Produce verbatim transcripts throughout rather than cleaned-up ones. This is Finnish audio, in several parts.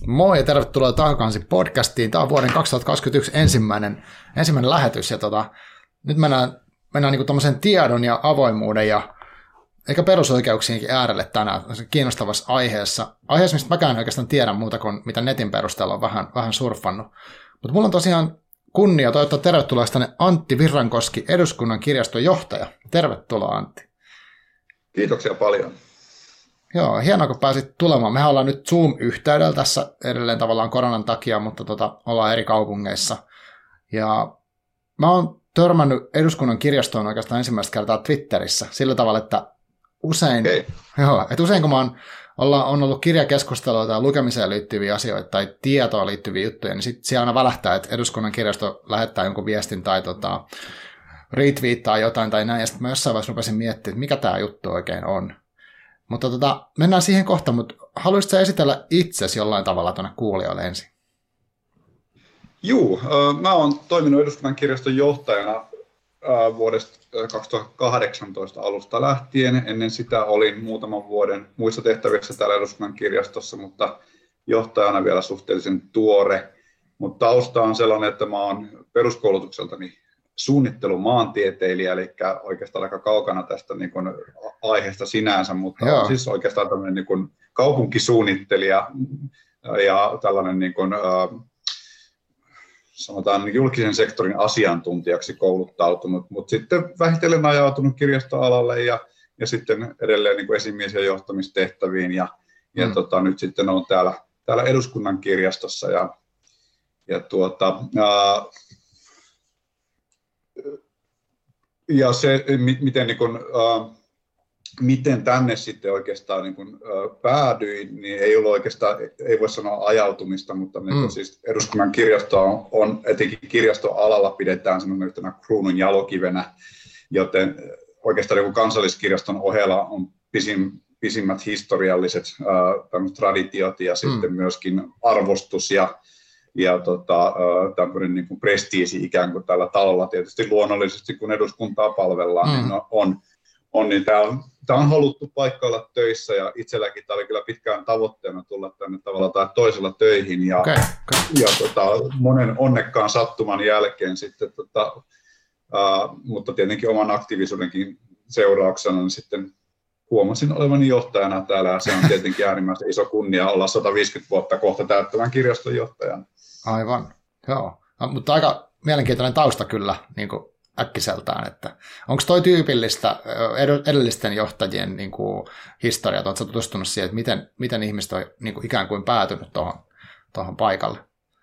Moi ja tervetuloa Takakansi podcastiin. Tämä on vuoden kaksituhattakaksikymmentäyksi ensimmäinen, ensimmäinen lähetys. Ja tota, nyt mennään, mennään niin tuommoisen tiedon ja avoimuuden ja ehkä perusoikeuksienkin äärelle tänään kiinnostavassa aiheessa. Aiheessa, mistä mäkään oikeastaan tiedän muuta kuin mitä netin perusteella on vähän, vähän surffannut. Mutta mulla on tosiaan kunnia toivottaa tervetuloa tänne Antti Virrankoski, eduskunnan kirjaston johtaja. Tervetuloa Antti. Kiitoksia paljon. Joo, hienoa kun pääsit tulemaan. Mehän ollaan nyt Zoom-yhteydellä tässä edelleen tavallaan koronan takia, mutta tota, ollaan eri kaupungeissa. Ja mä oon törmännyt eduskunnan kirjastoon oikeastaan ensimmäistä kertaa Twitterissä sillä tavalla, että usein, okay. joo, että usein kun mä oon, olla, on ollut kirjakeskustelua tai lukemiseen liittyviä asioita tai tietoa liittyviä juttuja, niin sitten siellä aina välähtää, että eduskunnan kirjasto lähettää jonkun viestin tai tota, retweettaa jotain tai näin, ja sitten mä jossain vaiheessa rupesin miettimään, että mikä tämä juttu oikein on. Mutta tota, mennään siihen kohta, mutta haluaisitko esitellä itsesi jollain tavalla tuonne kuulijoille ensin? Juu, mä oon toiminut eduskunnan kirjaston johtajana vuodesta kaksituhattakahdeksantoista alusta lähtien. Ennen sitä olin muutaman vuoden muissa tehtävissä täällä eduskunnan kirjastossa, mutta johtajana vielä suhteellisen tuore. Mutta tausta on sellainen, että mä oon peruskoulutukseltani suunnittelumaantieteilijä, eli oikeastaan aika kaukana tästä niin kuin aiheesta sinänsä, mutta Joo. on siis oikeastaan tämmöinen niin kuin kaupunkisuunnittelija ja tällainen niin kuin, sanotaan julkisen sektorin asiantuntijaksi kouluttautunut, mutta sitten vähitellen ajautunut kirjastoalalle ja, ja sitten edelleen niin kuin esimies- ja johtamistehtäviin ja, mm. ja tota, nyt sitten olen täällä, täällä eduskunnan kirjastossa ja, ja tuota, ää, Ja se, miten, niin kun, äh, miten tänne sitten oikeastaan niin kun, äh, päädyin, niin ei ollut oikeastaan, ei voi sanoa ajautumista, mutta mm. niin siis eduskunnan kirjasto on, on etenkin kirjastoalalla pidetään semmoinen yhtenä kruunun jalokivenä, joten oikeastaan niin kansalliskirjaston ohella on pisin, pisimmät historialliset äh, traditiot ja mm. sitten myöskin arvostus ja ja tota, tämmöinen niin kuin prestiisi ikään kuin tällä talolla tietysti luonnollisesti, kun eduskuntaa palvellaan, mm. niin on, on niin tämä on, tämä on haluttu paikka olla töissä, ja itselläkin tämä oli kyllä pitkään tavoitteena tulla tänne tavalla tai toisella töihin, ja, okay, okay. ja tota, monen onnekkaan sattuman jälkeen sitten, tota, uh, mutta tietenkin oman aktiivisuudenkin seurauksena niin sitten huomasin olevani johtajana täällä, ja se on tietenkin äärimmäisen iso kunnia olla sata viisikymmentä vuotta kohta täyttävän kirjaston johtajana. Aivan, joo. No, mutta aika mielenkiintoinen tausta kyllä niin kuin äkkiseltään, että onko toi tyypillistä edellisten johtajien niin kuin historiat, oletko tutustunut siihen, että miten, miten ihmiset on niin kuin ikään kuin päätynyt tuohon, tuohon paikalle?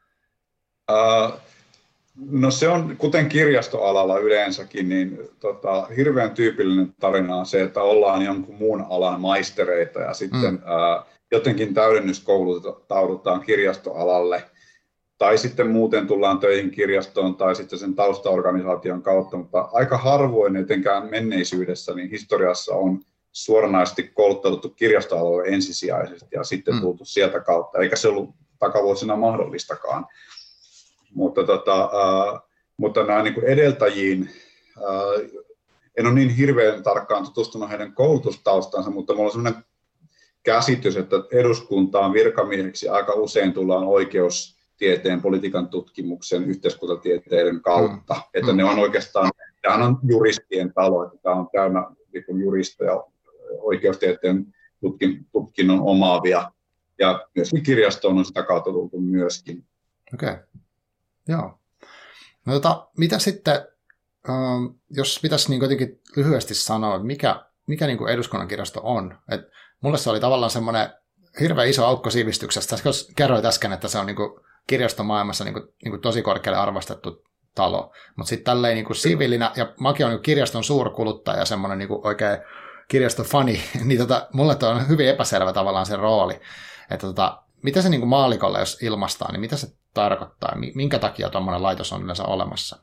Uh, no se on, kuten kirjastoalalla yleensäkin, niin tota, hirveän tyypillinen tarina on se, että ollaan jonkun muun alan maistereita ja sitten mm. uh, jotenkin täydennyskouluttaudutaan kirjastoalalle. Tai sitten muuten tullaan töihin kirjastoon tai sitten sen taustaorganisaation kautta, mutta aika harvoin etenkään menneisyydessä, niin historiassa on suoranaisesti kouluttauduttu kirjastoalalle ensisijaisesti ja sitten tultu sieltä kautta, eikä se ollut takavuosina mahdollistakaan. Mutta, tota, äh, mutta nämä niin kuin edeltäjiin, äh, en ole niin hirveän tarkkaan tutustunut heidän koulutustaustansa, mutta minulla on sellainen käsitys, että eduskuntaan virkamieheksi aika usein tullaan oikeus tieteen, politiikan tutkimuksen, yhteiskuntatieteiden kautta. Mm. Että ne on oikeastaan, tämä on juristien talo, että tämä on täynnä niin juristeja, oikeustieteen tutkin, tutkinnon omaavia, ja myöskin kirjastoon on sitä kautta tultu myöskin. Okei, okay. Joo. No tota, mitä sitten, ähm, jos pitäisi niin jotenkin lyhyesti sanoa, että mikä, mikä niin kuin eduskunnan kirjasto on? Et mulle se oli tavallaan semmoinen hirveän iso aukko sivistyksestä. Jos kerroit äsken, että se on niin kuin kirjastomaailmassa niin kuin, niin kuin tosi korkealle arvostettu talo, mutta sitten tälleen niin kuin siviilinä, ja mäkin olen niin kirjaston suurkuluttaja ja semmoinen niin kuin oikein kirjastofani, niin tota, mulle toi on hyvin epäselvä tavallaan se rooli, että tota, mitä se niin kuin maallikolle, jos ilmaistaan, niin mitä se tarkoittaa, minkä takia tuommoinen laitos on yleensä olemassa?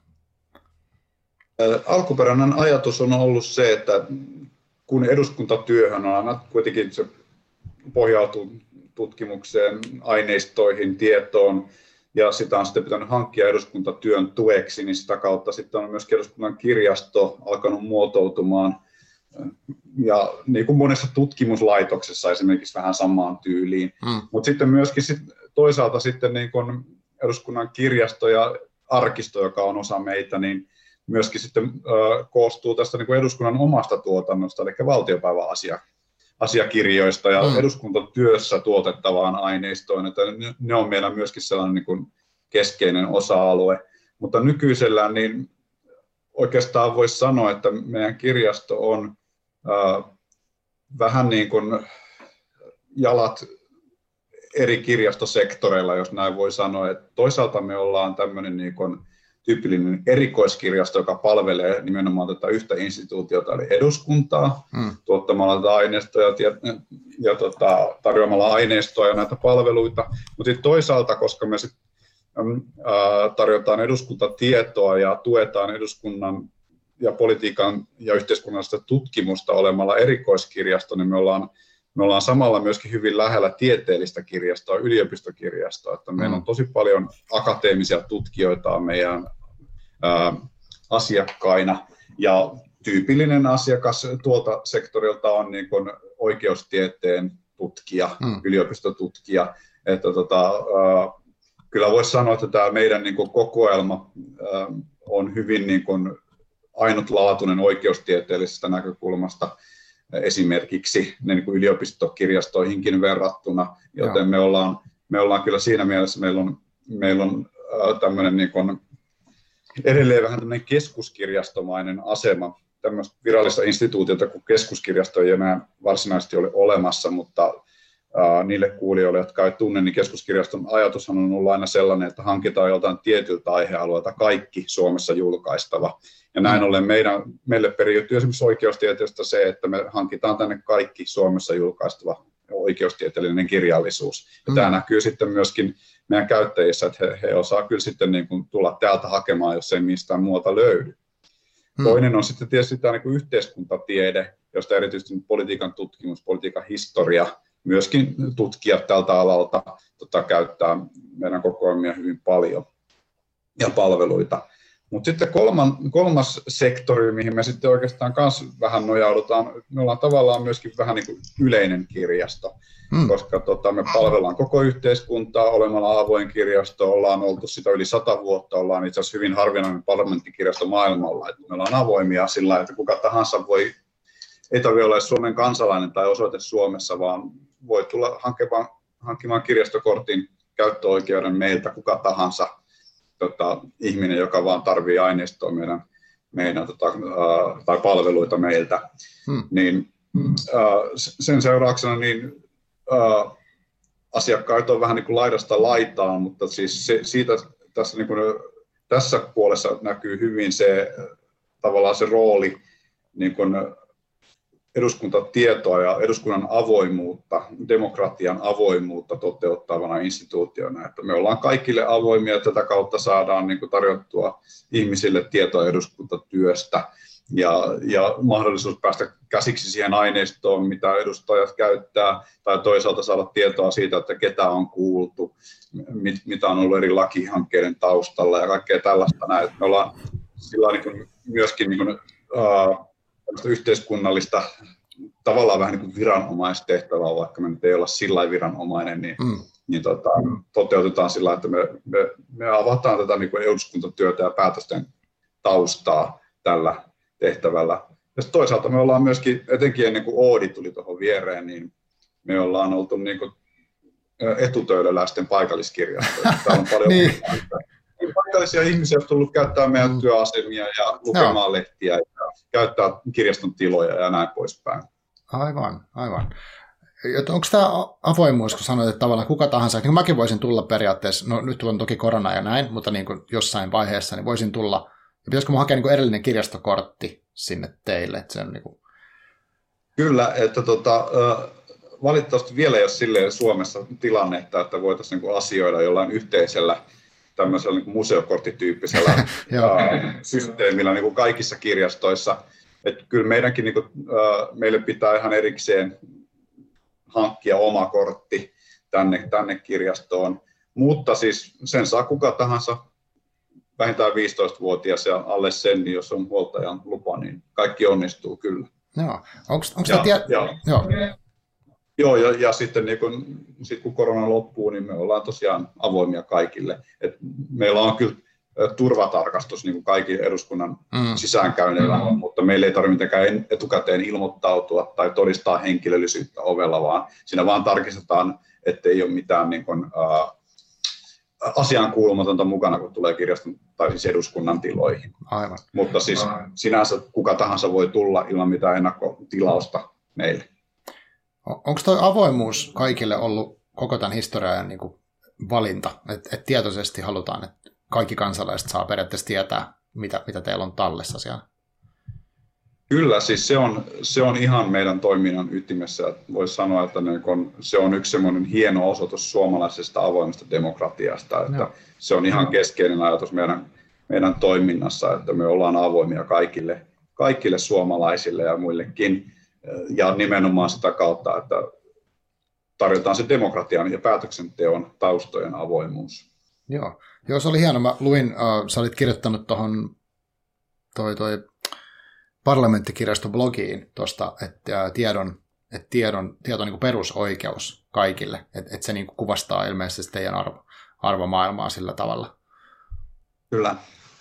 Alkuperäinen ajatus on ollut se, että kun eduskuntatyöhön on aina kuitenkin se pohjautuu tutkimukseen, aineistoihin, tietoon, ja sitä on sitten pitänyt hankkia eduskuntatyön tueksi, niin sitä kautta sitten on myös eduskunnan kirjasto alkanut muotoutumaan, ja niin kuin monessa tutkimuslaitoksessa esimerkiksi vähän samaan tyyliin. Mm. Mutta sitten myöskin sit toisaalta sitten niin kuin eduskunnan kirjasto ja arkisto, joka on osa meitä, niin myöskin sitten ö, koostuu tästä niin kuin eduskunnan omasta tuotannosta, eli valtiopäiväasia, asiakirjoista ja mm. eduskuntatyössä tuotettavaan aineistoon, että ne, ne on meillä myöskin sellainen niin kuin keskeinen osa-alue, mutta nykyisellään niin oikeastaan voisi sanoa, että meidän kirjasto on ö, vähän niin kuin jalat eri kirjastosektoreilla, jos näin voi sanoa. Että toisaalta me ollaan tämmöinen niin kuin tyypillinen erikoiskirjasto, joka palvelee nimenomaan tätä yhtä instituutiota, eli eduskuntaa, mm. tuottamalla tätä aineistoa ja, ja, ja tota, tarjoamalla aineistoa ja näitä palveluita. Mutta sitten toisaalta, koska me sit, ää, tarjotaan eduskuntatietoa ja tuetaan eduskunnan ja politiikan ja yhteiskunnallista tutkimusta olemalla erikoiskirjasto, niin me ollaan Me ollaan samalla myöskin hyvin lähellä tieteellistä kirjastoa, yliopistokirjastoa, että meillä on tosi paljon akateemisia tutkijoita meidän ää, asiakkaina, ja tyypillinen asiakas tuolta sektorilta on niin kuin oikeustieteen tutkija, mm. yliopistotutkija, että tota, ää, kyllä voisi sanoa, että tämä meidän niin kuin kokoelma ää, on hyvin niin kuin ainutlaatuinen oikeustieteellisestä näkökulmasta, esimerkiksi niin kuin yliopistokirjastoihinkin verrattuna, joten me ollaan, me ollaan kyllä siinä mielessä, meillä on, meillä on äh, tämmöinen niin kuin edelleen vähän tämmöinen keskuskirjastomainen asema, tämmöistä virallista instituutiota, kun keskuskirjasto ei enää varsinaisesti ole olemassa, mutta äh, niille kuulijoille, jotka ei tunne, niin keskuskirjaston ajatushan on ollut aina sellainen, että hankitaan jotain tietyltä aihealueelta kaikki Suomessa julkaistava. Ja näin ollen meidän, meille periytyy esimerkiksi oikeustieteestä se, että me hankitaan tänne kaikki Suomessa julkaistava oikeustieteellinen kirjallisuus. Ja mm. tämä näkyy sitten myöskin meidän käyttäjissä, että he, he osaa kyllä sitten niin kuin tulla täältä hakemaan, jos ei mistään muuta löydy. Mm. Toinen on sitten tietysti tämä niin kuin yhteiskuntatiede, josta erityisesti politiikan tutkimus, politiikan historia, myöskin tutkijat tältä alalta tota, käyttää meidän kokoelmia hyvin paljon ja palveluita. Mutta sitten kolman, kolmas sektori, mihin me sitten oikeastaan myös vähän nojaudutaan, me ollaan tavallaan myöskin vähän niin kuin yleinen kirjasto, mm. koska tota, me palvellaan koko yhteiskuntaa olemalla avoin kirjasto, ollaan oltu sitä yli sata vuotta, ollaan itse asiassa hyvin harvinainen parlamenttikirjasto maailmalla, että me ollaan avoimia sillä lailla, että kuka tahansa voi, ei tarvitse olla Suomen kansalainen tai osoite Suomessa, vaan voi tulla hankkimaan, hankkimaan kirjastokortin käyttöoikeuden meiltä kuka tahansa. Tota, ihminen, joka vaan tarvitsee aineistoa meidän, meidän tota, ää, tai palveluita meiltä, hmm. niin ää, sen seurauksena niin, ää, asiakkaat on vähän niin kuin laidasta laitaan, mutta siis se, siitä tässä, niin kuin, tässä puolessa näkyy hyvin se tavallaan se rooli niin kuin eduskuntatietoa ja eduskunnan avoimuutta, demokratian avoimuutta toteuttavana instituutiona. Että me ollaan kaikille avoimia ja tätä kautta saadaan niin kuin tarjottua ihmisille tietoa eduskuntatyöstä ja, ja mahdollisuus päästä käsiksi siihen aineistoon, mitä edustajat käyttää, tai toisaalta saada tietoa siitä, että ketä on kuultu, mit, mitä on ollut eri lakihankkeiden taustalla ja kaikkea tällaista. Näin. Me ollaan sillä niin kuin myöskin niin kuin, uh, yhteiskunnallista, tavallaan vähän niin kuin viranomaistehtävää, vaikka me nyt ei olla sillä viranomainen, niin, mm. niin tota, toteutetaan sillä, että me, me, me avataan tätä niin kuin eduskuntatyötä ja päätösten taustaa tällä tehtävällä. Ja toisaalta me ollaan myöskin, etenkin ennen kuin Oodi tuli tuohon viereen, niin me ollaan oltu niin kuin etutöölöläisten paikalliskirjastoja. Täällä on paljon niin. paikallisia ihmisiä, jotka on tullut käyttää meidän mm. työasemia ja lukemaan no. lehtiä ja käyttää kirjaston tiloja ja näin poispäin. Aivan, aivan. Onko tämä avoimuus, kun sanoit, että tavallaan kuka tahansa, niin mäkin voisin tulla periaatteessa, no nyt on toki korona ja näin, mutta niin kuin jossain vaiheessa niin voisin tulla, ja pitäisikö mun hakea niin kuin erillinen kirjastokortti sinne teille? Että se on niin kuin... Kyllä, että tota, valitettavasti vielä ei ole silleen Suomessa tilannetta, että voitaisiin niin asioida jollain yhteisellä tämmöisellä niin kuin museokorttityyppisellä ää, systeemillä niin kuin kaikissa kirjastoissa. Että kyllä meidänkin, niin kuin, ää, meille pitää ihan erikseen hankkia oma kortti tänne, tänne kirjastoon, mutta siis sen saa kuka tahansa, vähintään viisitoistavuotias ja alle sen, niin jos on huoltajan lupa, niin kaikki onnistuu kyllä. Joo, onko tämä tie... ja, Joo. Joo, ja, ja sitten niin kun, sit kun korona loppuu, niin me ollaan tosiaan avoimia kaikille. Et meillä on kyllä turvatarkastus niin kuin kaikki eduskunnan mm. sisäänkäynneillä on, mutta meillä ei tarvitse mitenkään etukäteen ilmoittautua tai todistaa henkilöllisyyttä ovella, vaan siinä vaan tarkistetaan, ettei ole mitään niin kuin, ä, asiankuulumatonta mukana, kun tulee kirjaston tai siis eduskunnan tiloihin. Aivan. Mutta siis Aivan. sinänsä kuka tahansa voi tulla ilman mitään ennakkotilausta meille. Onko tuo avoimuus kaikille ollut koko tämän historian niin kuin valinta, että et tietoisesti halutaan, että kaikki kansalaiset saa periaatteessa tietää, mitä, mitä teillä on tallessa siellä? Kyllä, siis se on, se on ihan meidän toiminnan ytimessä. Voisi sanoa, että se on yksi semmoinen hieno osoitus suomalaisesta avoimesta demokratiasta. Että no. Se on ihan keskeinen ajatus meidän, meidän toiminnassa, että me ollaan avoimia kaikille, kaikille suomalaisille ja muillekin. Ja nimenomaan sitä kautta, että tarjotaan se demokratian ja päätöksenteon taustojen avoimuus. Joo, Joo se oli hieno. Mä luin, äh, sä olit kirjoittanut tuohon toi, toi parlamenttikirjaston blogiin tuosta, että äh, tiedon, että tiedon, tieto on niin kuin perusoikeus kaikille, että et se niin kuin kuvastaa ilmeisesti teidän arvo, arvomaailmaa sillä tavalla. Kyllä.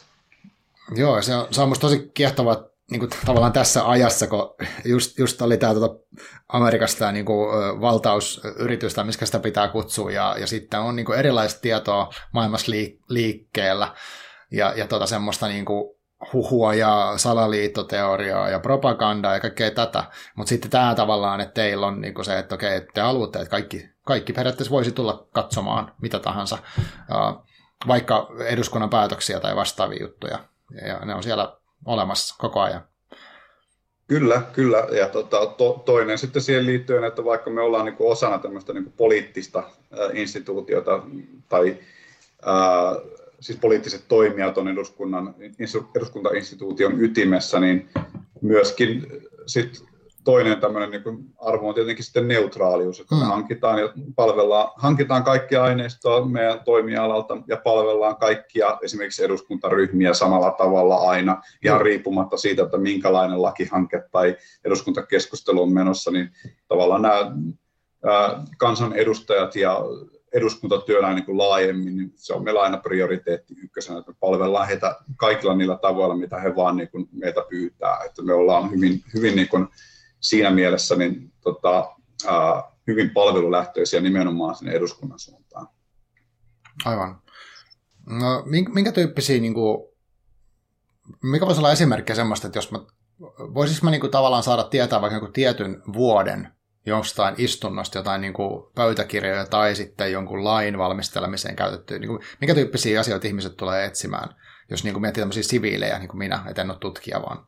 Joo, se on, se on musta tosi kiehtovaa, niin kuin tavallaan tässä ajassa, kun just, just oli tämä tuota, Amerikasta tämä niin kuin, valtausyritys, tai miskä sitä pitää kutsua, ja, ja sitten on niin kuin erilaista tietoa maailmassa liik- liikkeellä, ja, ja tuota, semmoista niin kuin huhua ja salaliittoteoriaa ja propagandaa ja kaikkea tätä, mutta sitten tämä tavallaan, että teillä on niin kuin se, että okei, te haluatte, että kaikki, kaikki periaatteessa voisi tulla katsomaan mitä tahansa, vaikka eduskunnan päätöksiä tai vastaavia juttuja, ja ne on siellä olemassa koko ajan. Kyllä, kyllä. Ja tota, to, toinen sitten siihen liittyen, että vaikka me ollaan niinku osana tämmöistä niinku poliittista ä, instituutiota tai ä, siis poliittiset toimijat on eduskunnan, eduskuntainstituution ytimessä, niin myöskin sit toinen tämmöinen niin kuin arvo on tietenkin sitten neutraalius, että me mm. hankitaan, ja palvellaan, hankitaan kaikkia aineistoa meidän toimialalta ja palvellaan kaikkia esimerkiksi eduskuntaryhmiä samalla tavalla aina, ihan mm. riippumatta siitä, että minkälainen lakihanke tai eduskuntakeskustelu on menossa, niin tavallaan nämä ää, kansanedustajat ja eduskuntatyönä niin kuin laajemmin, niin se on meillä aina prioriteetti ykkösenä, että me palvellaan heitä kaikilla niillä tavoilla, mitä he vaan niin kuin meitä pyytää, että me ollaan hyvin, hyvin niin kuin siinä mielessä niin, tota, ää, hyvin palvelulähtöisiä nimenomaan sinne eduskunnan suuntaan. Aivan. No, minkä tyyppisiä, niin kuin, mikä voisi olla esimerkkejä semmoista, että jos mä, voisinko mä niin kuin, tavallaan saada tietää vaikka niin tietyn vuoden jostain istunnosta, jotain niin kuin, pöytäkirjoja tai sitten jonkun lain valmistelemiseen käytettyä, niin kuin, minkä tyyppisiä asioita ihmiset tulee etsimään, jos niin kuin, miettii tämmöisiä siviilejä, niin kuin minä, et en ole tutkija vaan.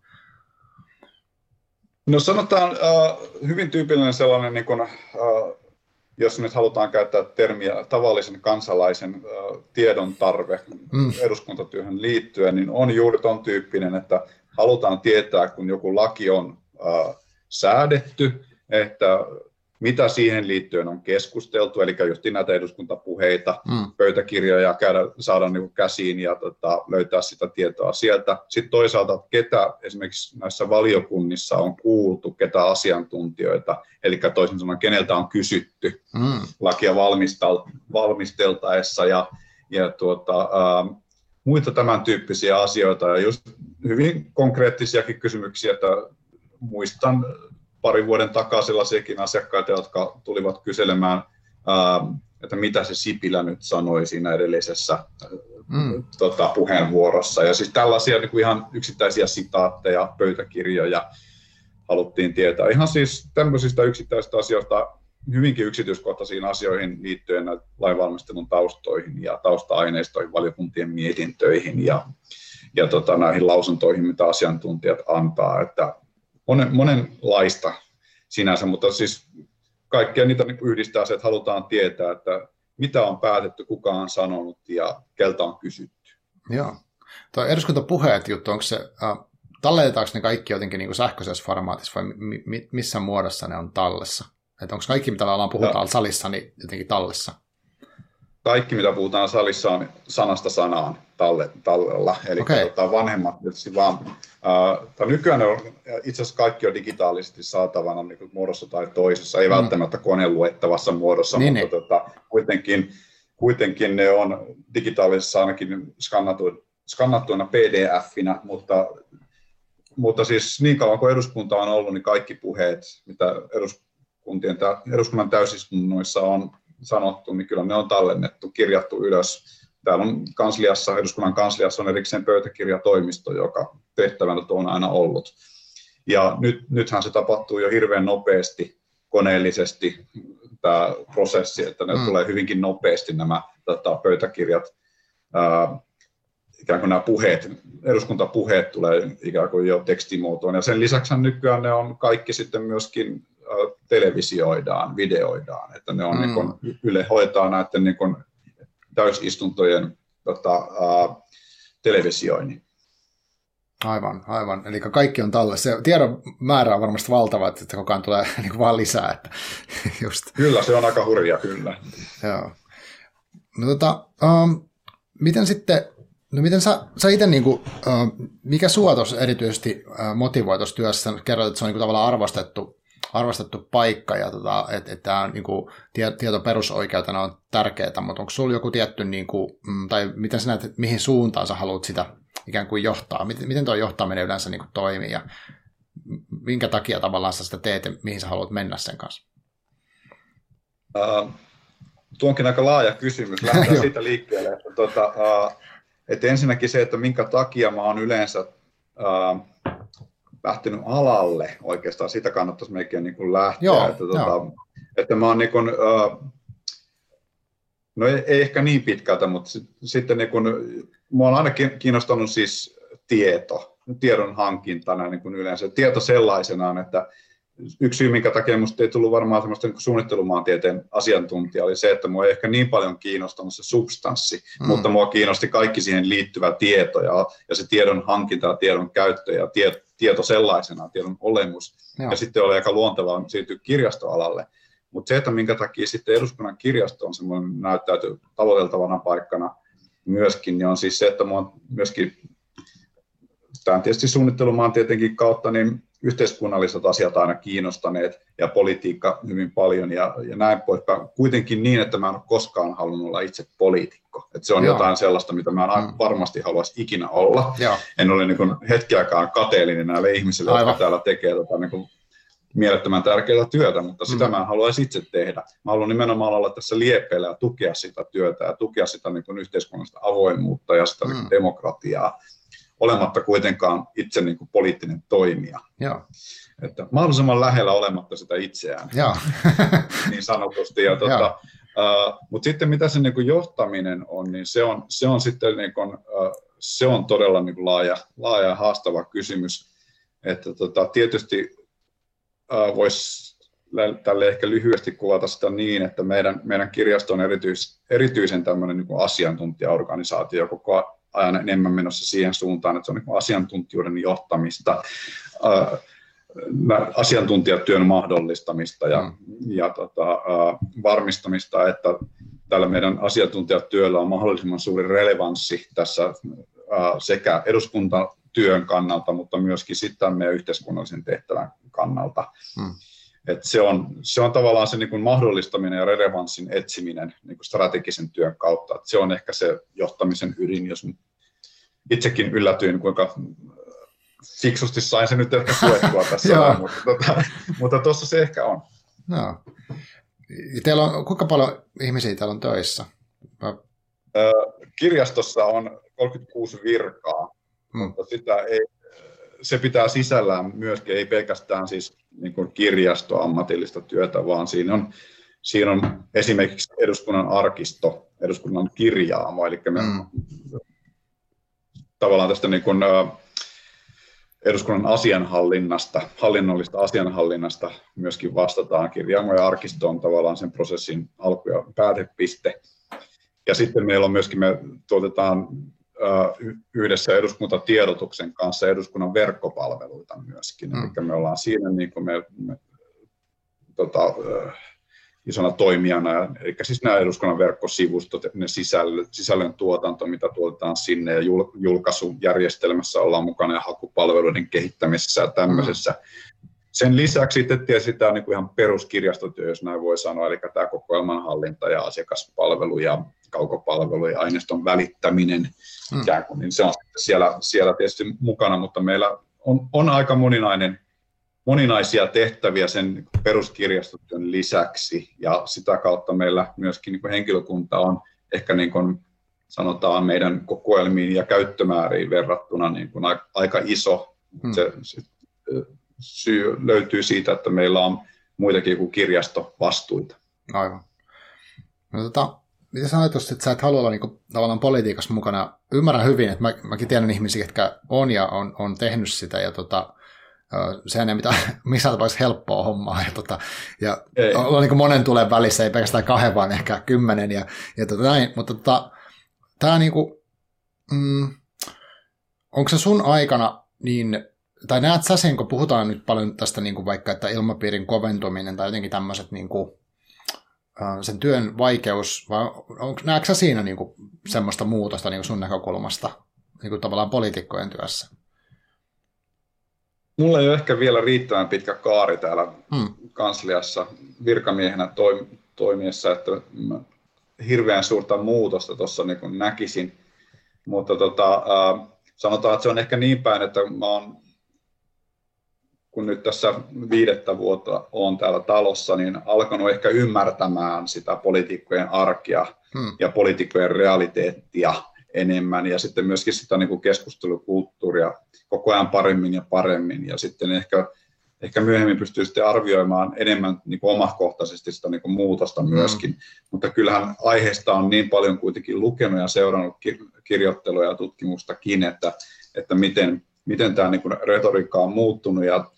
No sanotaan äh, hyvin tyypillinen sellainen, niin kun, äh, jos nyt halutaan käyttää termiä tavallisen kansalaisen äh, tiedon tarve mm. eduskuntatyöhön liittyen, niin on juuri ton tyyppinen, että halutaan tietää, kun joku laki on äh, säädetty, että mitä siihen liittyen on keskusteltu, eli just näitä eduskuntapuheita, mm. pöytäkirjoja käydä, saada niin käsiin ja tota, löytää sitä tietoa sieltä. Sitten toisaalta, ketä esimerkiksi näissä valiokunnissa on kuultu, ketä asiantuntijoita, eli toisin sanoen, keneltä on kysytty mm. lakia valmisteltaessa ja, ja tuota, ää, muita tämän tyyppisiä asioita. Ja just hyvin konkreettisiakin kysymyksiä, että muistan parin vuoden takaa sellaisiakin asiakkaita, jotka tulivat kyselemään, että mitä se Sipilä nyt sanoi siinä edellisessä mm. tota, puheenvuorossa. Ja siis tällaisia niin kuin ihan yksittäisiä sitaatteja, pöytäkirjoja haluttiin tietää. Ihan siis tämmöisistä yksittäisistä asioista, hyvinkin yksityiskohtaisiin asioihin liittyen lainvalmistelun taustoihin ja tausta-aineistoihin, valiokuntien mietintöihin ja, ja tota, näihin lausuntoihin, mitä asiantuntijat antaa. Että Monen, monenlaista sinänsä, mutta siis kaikkea niitä yhdistää se, että halutaan tietää, että mitä on päätetty, kuka on sanonut ja keltä on kysytty. Joo. Tuo eduskuntapuheet juttu, onko se, äh, tallennetaanko ne kaikki jotenkin niin kuin sähköisessä formaatissa vai mi- mi- missä muodossa ne on tallessa? Että onko kaikki, mitä ollaan puhutaan no. salissa, niin jotenkin tallessa? kaikki, mitä puhutaan salissa, on sanasta sanaan talle, tallella. Eli okay. tota, vanhemmat tietysti vaan. Uh, nykyään on, itse asiassa kaikki on digitaalisesti saatavana niin muodossa tai toisessa, ei mm. välttämättä koneen luettavassa muodossa, niin, mutta niin. Tota, kuitenkin, kuitenkin ne on digitaalisessa ainakin skannattu, skannattuina P D F-inä, mutta, mutta siis niin kauan kuin eduskunta on ollut, niin kaikki puheet, mitä eduskuntien, eduskunnan täysistunnoissa on sanottu, niin kyllä ne on tallennettu, kirjattu ylös. Täällä on kansliassa, eduskunnan kansliassa on erikseen pöytäkirjatoimisto, joka tehtävänä on aina ollut. Ja nyt, nythän se tapahtuu jo hirveän nopeasti, koneellisesti tämä prosessi, että ne mm. tulee hyvinkin nopeasti nämä tota, pöytäkirjat, ää, ikään kuin nämä puheet, eduskuntapuheet tulee ikään kuin jo tekstimuotoon. Ja sen lisäksi nykyään ne on kaikki sitten myöskin televisioidaan, videoidaan, että ne on mm. niin kuin, Yle hoitaa näiden niin kuin täysistuntojen tota, ää, televisioinnin. Aivan, aivan. Eli kaikki on tallessa. Se tiedon määrä on varmasti valtava, että koko ajan tulee niin kuin vaan lisää. Että just. Kyllä, se on aika hurja, kyllä. Joo. No, tota, um, miten sitten, no miten sä, sä itse, niin kuin, uh, mikä sua tuossa erityisesti uh, motivoi tuossa työssä? Kerroit, että se on niin kuin tavallaan arvostettu arvostettu paikka ja tota, että et tämä niin tie, tieto perusoikeutena on tärkeää, mutta onko sinulla joku tietty, niin kuin, tai miten sä näet, mihin suuntaan sä haluat sitä ikään kuin johtaa, miten, miten tuo johtaminen yleensä niin kuin toimii ja minkä takia tavallaan sä sitä teet ja mihin sä haluat mennä sen kanssa? Uh, tuo onkin aika laaja kysymys, lähdetään siitä liikkeelle, että, tuota, uh, että ensinnäkin se, että minkä takia mä oon yleensä uh, lähtenyt alalle oikeastaan, sitä kannattaisi mekin niin kuin lähteä, joo, että, tuota, että mä oon niin kuin, uh, no ei, ei ehkä niin pitkältä, mutta sit, sitten niin kuin, mä oon aina kiinnostanut siis tieto, tiedon hankintana niin kuin yleensä, tieto sellaisenaan, että yksi syy, minkä takia minusta ei tullut varmaan sellaista niin suunnittelumaantieteen asiantuntija, oli se, että minua ei ehkä niin paljon kiinnostanut se substanssi, mm. mutta minua kiinnosti kaikki siihen liittyvä tieto ja, ja se tiedon hankinta ja tiedon käyttö ja tie, tieto sellaisena, tiedon olemus. Joo. Ja sitten oli aika luontevaa siirtyä kirjastoalalle. Mutta se, että minkä takia sitten eduskunnan kirjasto on semmoinen näyttäytyy tavoiteltavana paikkana myöskin, niin on siis se, että minua on myöskin, tämä on tietysti suunnittelumaantietenkin kautta, niin yhteiskunnalliset asiat aina kiinnostaneet ja politiikka hyvin paljon ja, ja näin poispäin. Kuitenkin niin, että mä en ole koskaan halunnut olla itse poliitikko. Että se on Joo. jotain sellaista, mitä mä en mm. varmasti haluaisi ikinä olla. Joo. En ole niin kuin hetkeäkään kateellinen näille ihmisille, Aivan. jotka täällä tekee tota niin kuin mielettömän tärkeää työtä, mutta sitä mm. mä en haluaisi itse tehdä. Mä haluan nimenomaan olla tässä liepeillä ja tukea sitä työtä ja tukea sitä niin kuin yhteiskunnallista avoimuutta ja sitä mm. niin kuin demokratiaa. Olematta kuitenkaan itse niin kuin poliittinen toimija. Joo. Että mahdollisimman lähellä olematta sitä itseään, Joo. niin sanotusti. Ja tuota, uh, mutta sitten mitä se niin kuin johtaminen on, niin se on, se on sitten niin kuin, uh, se on todella niin kuin laaja, laaja ja haastava kysymys. Että tota, tietysti uh, voisi tälle ehkä lyhyesti kuvata sitä niin, että meidän, meidän kirjasto on erityis, erityisen tämmöinen niin kuin asiantuntijaorganisaatio koko ajan enemmän menossa siihen suuntaan, että se on niin kuin asiantuntijuuden johtamista, ää, asiantuntijatyön mahdollistamista ja, mm. ja tota, ää, varmistamista, että tällä meidän asiantuntijatyöllä on mahdollisimman suuri relevanssi tässä ää, sekä eduskuntatyön kannalta, mutta myöskin sitten meidän yhteiskunnallisen tehtävän kannalta. Mm. Et se, on, se on tavallaan se niin kuin mahdollistaminen ja relevanssin etsiminen niin kuin strategisen työn kautta. Et se on ehkä se johtamisen ydin, jos itsekin yllätyin, kuinka fiksusti sain se nyt ehkä suettua tässä, mutta, tota, mutta tuossa se ehkä on. No. Teillä on, kuinka paljon ihmisiä täällä on töissä? Mä... Kirjastossa on kolmekymmentäkuusi virkaa, hmm. mutta sitä ei... Se pitää sisällään myöskin, ei pelkästään siis niin kuin kirjastoammatillista työtä, vaan siinä on, siinä on esimerkiksi eduskunnan arkisto, eduskunnan kirjaamo, eli me mm. tavallaan tästä niin kuin, eduskunnan asianhallinnasta, hallinnollista asianhallinnasta myöskin vastataan. Kirjaamo ja arkisto on tavallaan sen prosessin alku- ja päätepiste. Ja sitten meillä on myöskin, me tuotetaan yhdessä eduskuntatiedotuksen kanssa eduskunnan verkkopalveluita myöskin. Mm. Eli me ollaan siinä, niin kuin me, me tota, isona toimijana, eli siis nämä eduskunnan verkkosivustot, ne sisällön, sisällön tuotanto, mitä tuotetaan sinne, ja julkaisujärjestelmässä ollaan mukana ja hakupalveluiden kehittämisessä ja tämmöisessä. Mm. Sen lisäksi sitten tietysti tämä on niin kuin ihan peruskirjastotyö, jos näin voi sanoa, eli tämä kokoelmanhallinta ja asiakaspalvelu ja kaukopalvelu ja aineiston välittäminen, mm. ikään kuin, niin se on siellä, siellä tietysti mukana, mutta meillä on, on aika moninainen moninaisia tehtäviä sen peruskirjastotyön lisäksi, ja sitä kautta meillä myöskin niin kuin henkilökunta on ehkä niin kuin sanotaan meidän kokoelmiin ja käyttömääriin verrattuna niin kuin aika iso. Hmm. Se, se syy löytyy siitä, että meillä on muitakin kuin kirjastovastuita. Aivan. No, tota, mitä sä ajattelet, että sä et halua olla niin kuin, tavallaan politiikassa mukana? Ymmärrän hyvin, että mä, mäkin tiedän ihmisiä, jotka on ja on, on tehnyt sitä, ja tota, sehän ei mitään missään tapauksessa helppoa hommaa. Ja, tota, ja on niin monen tulen välissä, ei pelkästään kahden, vaan ehkä kymmenen. Ja, ja tota näin. Mutta tota, tämä niinku, mm, onko se sun aikana, niin, tai näet sä sen, kun puhutaan nyt paljon tästä niinku vaikka, että ilmapiirin koventuminen tai jotenkin tämmöiset niinku, sen työn vaikeus, vai onko, näetkö sä siinä niinku semmoista muutosta niinku sun näkökulmasta niinku tavallaan poliitikkojen työssä? Mulla ei ole ehkä vielä riittävän pitkä kaari täällä hmm. kansliassa virkamiehenä toimiessa, että mä hirveän suurta muutosta tuossa niin näkisin, mutta tota, äh, sanotaan, että se on ehkä niin päin, että mä oon, kun nyt tässä viidettä vuotta olen täällä talossa, niin alkanut ehkä ymmärtämään sitä poliitikkojen arkea hmm. ja poliitikkojen realiteettia enemmän, ja sitten myöskin sitä niin kuin keskustelukulttuuria koko ajan paremmin ja paremmin, ja sitten ehkä, ehkä myöhemmin pystyy sitten arvioimaan enemmän niin kuin omakohtaisesti sitä niin kuin muutosta myöskin, mm. mutta kyllähän aiheesta on niin paljon kuitenkin lukenut ja seurannut kirjoittelua ja tutkimustakin, että, että miten, miten tämä niin kuin retoriikka on muuttunut, ja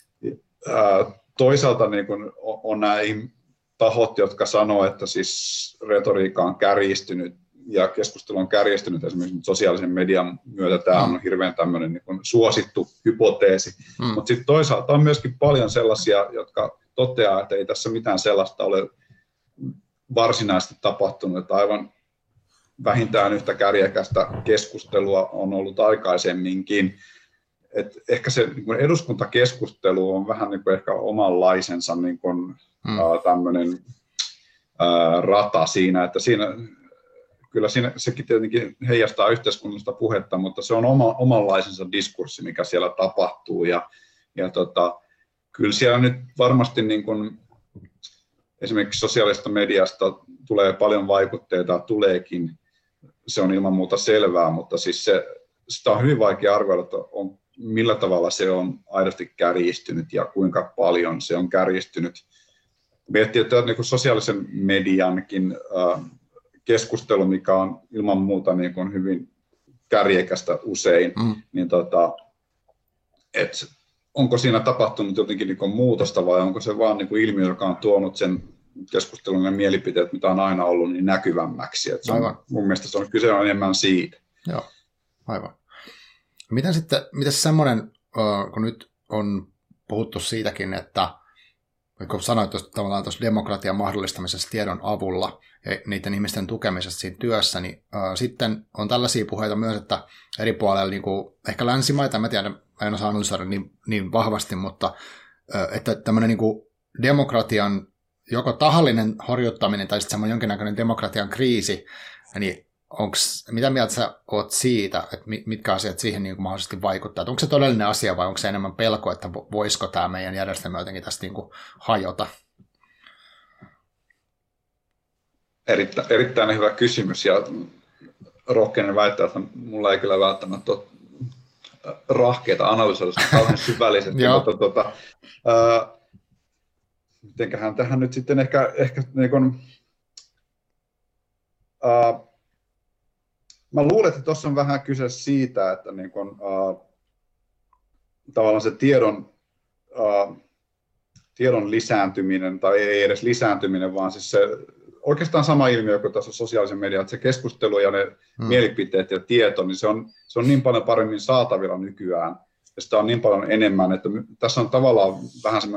ää, toisaalta niin kuin on nämä tahot, jotka sanoo, että siis retoriikka on kärjistynyt, ja keskustelu on kärjestynyt esimerkiksi sosiaalisen median myötä. Tämä on hirveän tämmöinen niin kuin suosittu hypoteesi. Mm. Mutta sitten toisaalta on myöskin paljon sellaisia, jotka toteaa, että ei tässä mitään sellaista ole varsinaisesti tapahtunut. Että aivan vähintään yhtä kärjekästä keskustelua on ollut aikaisemminkin. Et ehkä se niin kuin eduskuntakeskustelu on vähän niin kuin ehkä omanlaisensa niin kuin, mm. äh, tämmöinen äh, rata siinä, että siinä kyllä siinä, sekin tietenkin heijastaa yhteiskunnallista puhetta, mutta se on oma, omanlaisensa diskurssi, mikä siellä tapahtuu. Ja, ja tota, kyllä siellä nyt varmasti niin kuin, esimerkiksi sosiaalisesta mediasta tulee paljon vaikutteita, tuleekin. Se on ilman muuta selvää, mutta siis se, sitä on hyvin vaikea arvioida, että on, millä tavalla se on aidosti kärjistynyt ja kuinka paljon se on kärjistynyt. Miettii, että niin kuin sosiaalisen mediankin äh, keskustelu, mikä on ilman muuta niin kuin hyvin kärjekästä usein, mm. niin tota, et onko siinä tapahtunut jotenkin niin kuin muutosta vai onko se vaan niin kuin ilmiö, joka on tuonut sen keskustelun ja mielipiteet, mitä on aina ollut, niin näkyvämmäksi. Et se on, mun mielestä se on kyse on enemmän siitä. Joo, aivan. Miten sitten, miten semmoinen, kun nyt on puhuttu siitäkin, että kun sanoit tuosta, tavallaan tuossa demokratian mahdollistamisessa tiedon avulla ja niiden ihmisten tukemisesta siinä työssä, niin ää, sitten on tällaisia puheita myös, että eri puolella, niin kuin, ehkä länsimaita, en tiedä, en osaa analysoida niin, niin vahvasti, mutta ää, että tämmöinen niin kuin demokratian joko tahallinen horjuttaminen tai sitten semmoinen jonkinnäköinen demokratian kriisi, niin onks, mitä mieltä sä oot siitä, että mitkä asiat siihen niin kuin mahdollisesti vaikuttaa? Että onko se todellinen asia vai onko se enemmän pelko, että voisiko tämä meidän järjestelmä jotenkin tästä niin kuin hajota? Erittäin, erittäin hyvä kysymys ja rohkeinen väittää, että mulla ei kyllä välttämättä ole rahkeita analysoida sitä kauhean syvällisesti, mutta tota, ää, mitenköhän tähän nyt sitten ehkä, ehkä niin kuin, ää, mä luulen, että tuossa on vähän kyse siitä, että niin kun, äh, tavallaan se tiedon, äh, tiedon lisääntyminen, tai ei edes lisääntyminen, vaan siis se oikeastaan sama ilmiö kuin tässä sosiaalisen median, että se keskustelu ja ne hmm. mielipiteet ja tieto, niin se on, se on niin paljon paremmin saatavilla nykyään, ja sitä on niin paljon enemmän, että tässä on tavallaan vähän semmoinen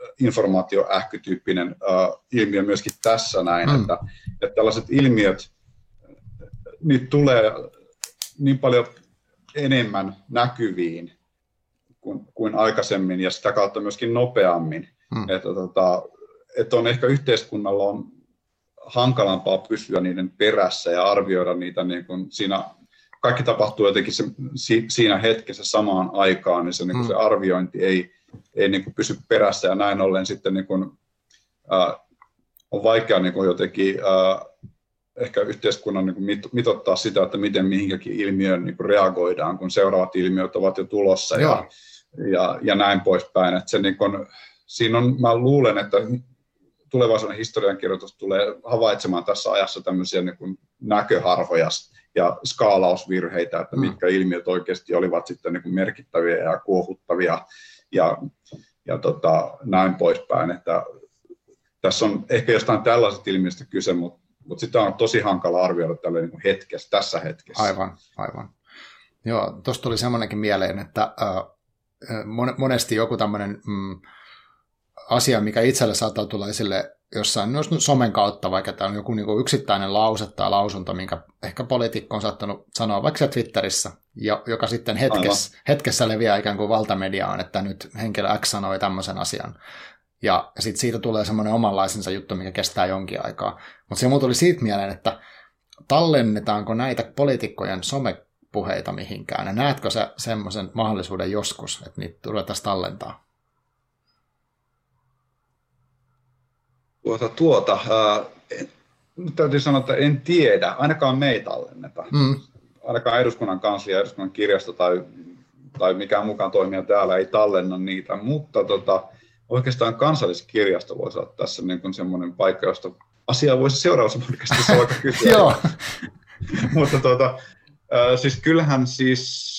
informaatioähkytyyppinen uh, ilmiö myöskin tässä näin, mm. että, että tällaiset ilmiöt, niitä tulee niin paljon enemmän näkyviin kuin, kuin aikaisemmin ja sitä kautta myöskin nopeammin, mm. että, tota, että on ehkä yhteiskunnalla on hankalampaa pysyä niiden perässä ja arvioida niitä niin kuin siinä, kaikki tapahtuu jotenkin se, siinä hetkessä samaan aikaan, niin se, niin kuin mm. se arviointi ei, ei niin kuin pysy perässä ja näin ollen sitten niin kuin, äh, on vaikea niin kuin jotenkin äh, ehkä yhteiskunnan niin kuin mitottaa sitä, että miten mihinkäkin ilmiöön niin kuin reagoidaan, kun seuraavat ilmiöt ovat jo tulossa ja, ja, ja näin poispäin. Että se niin kuin, siinä on, mä luulen, että tulevaisuuden historiankirjoitus tulee havaitsemaan tässä ajassa tämmöisiä niin kuin näköharhoja ja skaalausvirheitä, että mitkä mm. ilmiöt oikeasti olivat sitten niin kuin merkittäviä ja kuohuttavia ja, ja tota, näin poispäin. Että tässä on ehkä jostain tällaisesta ilmiöstä kyse, mutta, mutta sitä on tosi hankala arvioida tällä niin kuin hetkessä, tässä hetkessä. Aivan, aivan. Joo, tuossa tuli semmoinenkin mieleen, että äh, monesti joku tämmöinen mm, asia, mikä itselle saattaa tulla esille jossain somen kautta, vaikka tämä on joku niin kuin yksittäinen lause tai lausunto, minkä ehkä poliitikko on saattanut sanoa vaikka Twitterissä, ja, joka sitten hetkessä, hetkessä leviää ikään kuin valtamediaan, että nyt henkilö X sanoi tämmöisen asian. Ja, ja sitten siitä tulee semmoinen omanlaisensa juttu, mikä kestää jonkin aikaa. Mutta se mulla tuli siitä mieleen, että tallennetaanko näitä poliitikkojen somepuheita mihinkään, ja näetkö sä semmoisen mahdollisuuden joskus, että niitä ruvettaisiin tallentaa? Tuota, tuota, ää, nyt täytyy sanoa, että en tiedä, ainakaan me ei tallenneta. Mm. Ainakaan eduskunnan kanslia, eduskunnan kirjasto tai, tai mikään mukaan toimija täällä ei tallenna niitä, mutta tota, oikeastaan kansalliskirjasto voisi olla tässä niin kuin semmoinen paikka, josta asiaa voisi seuraavassa podcastissa vaikka kysyä. Joo. Mutta tota, ää, siis kyllähän siis,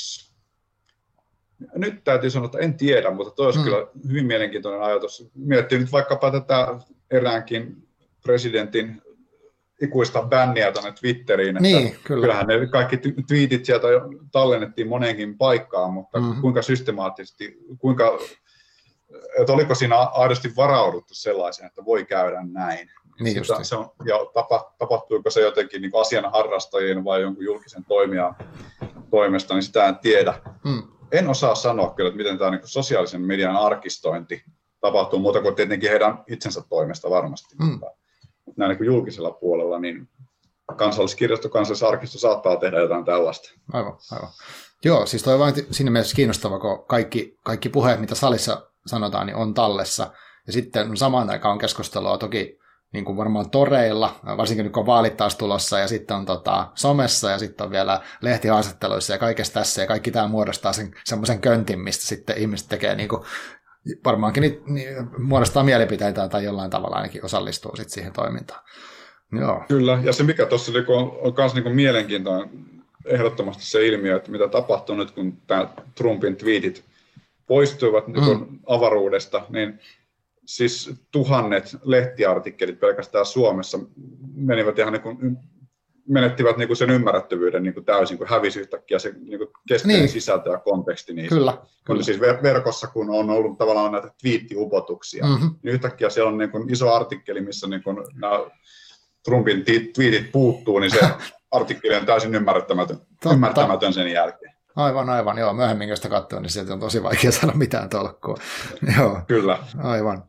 nyt täytyy sanoa, että en tiedä, mutta toi olisi mm. kyllä hyvin mielenkiintoinen ajatus. Miettii nyt vaikkapa tätä eräänkin presidentin ikuista bänniä tuonne Twitteriin, että niin, kyllä. Kyllähän ne kaikki twiitit sieltä jo tallennettiin moneenkin paikkaan, mutta mm-hmm. kuinka systemaattisesti, kuinka, että oliko siinä aidosti varauduttu sellaiseen, että voi käydä näin. Niin Sitä, se on, ja tapa, tapahtuiko se jotenkin niin asian harrastajien vai jonkun julkisen toimijan toimesta, niin sitä en tiedä. Mm. En osaa sanoa kyllä, että miten tämä niin sosiaalisen median arkistointi tapahtuu muuta kuin tietenkin heidän itsensä toimesta varmasti. Mm. Mutta näin niin kuin julkisella puolella, niin kansalliskirjasto, kansallisarkisto saattaa tehdä jotain tällaista. Aivan, aivan. Joo, siis toi on vain siinä mielessä kiinnostava, kun kaikki, kaikki puheet, mitä salissa sanotaan, niin on tallessa. Ja sitten samaan aikaan on keskustelua toki niin kuin varmaan toreilla, varsinkin nyt kun on vaalit taas tulossa, ja sitten on tota, somessa, ja sitten on vielä lehtihaastatteluissa ja kaikessa tässä, ja kaikki tämä muodostaa sen semmoisen köntin, mistä sitten ihmiset tekee niin kuin varmaankin niin, niin, muodostaa mielipiteitä tai jollain tavalla ainakin osallistuu sit siihen toimintaan. Joo. Kyllä, ja se mikä tuossa on, on myös niin mielenkiintoinen ehdottomasti se ilmiö, että mitä tapahtuu nyt, kun tämä Trumpin tweetit poistuivat mm. niin avaruudesta, niin siis tuhannet lehtiartikkelit pelkästään Suomessa menivät ihan niin kuin, menettivät niin kuin sen ymmärrettävyyden niin kuin täysin, kun hävisi yhtäkkiä se niin kuin keskeinen niin. sisältö ja konteksti niissä. Kyllä, kyllä. Siis ver- verkossa, kun on ollut tavallaan näitä twiittiupotuksia, mm-hmm. niin yhtäkkiä siellä on niin kuin iso artikkeli, missä niin kuin nämä Trumpin twiitit puuttuu, niin se artikkeli on täysin ymmärrettämätön, ymmärtämätön sen jälkeen. Aivan, aivan. Joo, myöhemmin kun sitä katsoo, niin sieltä on tosi vaikea saada mitään tolkkua. Joo. Kyllä. Aivan.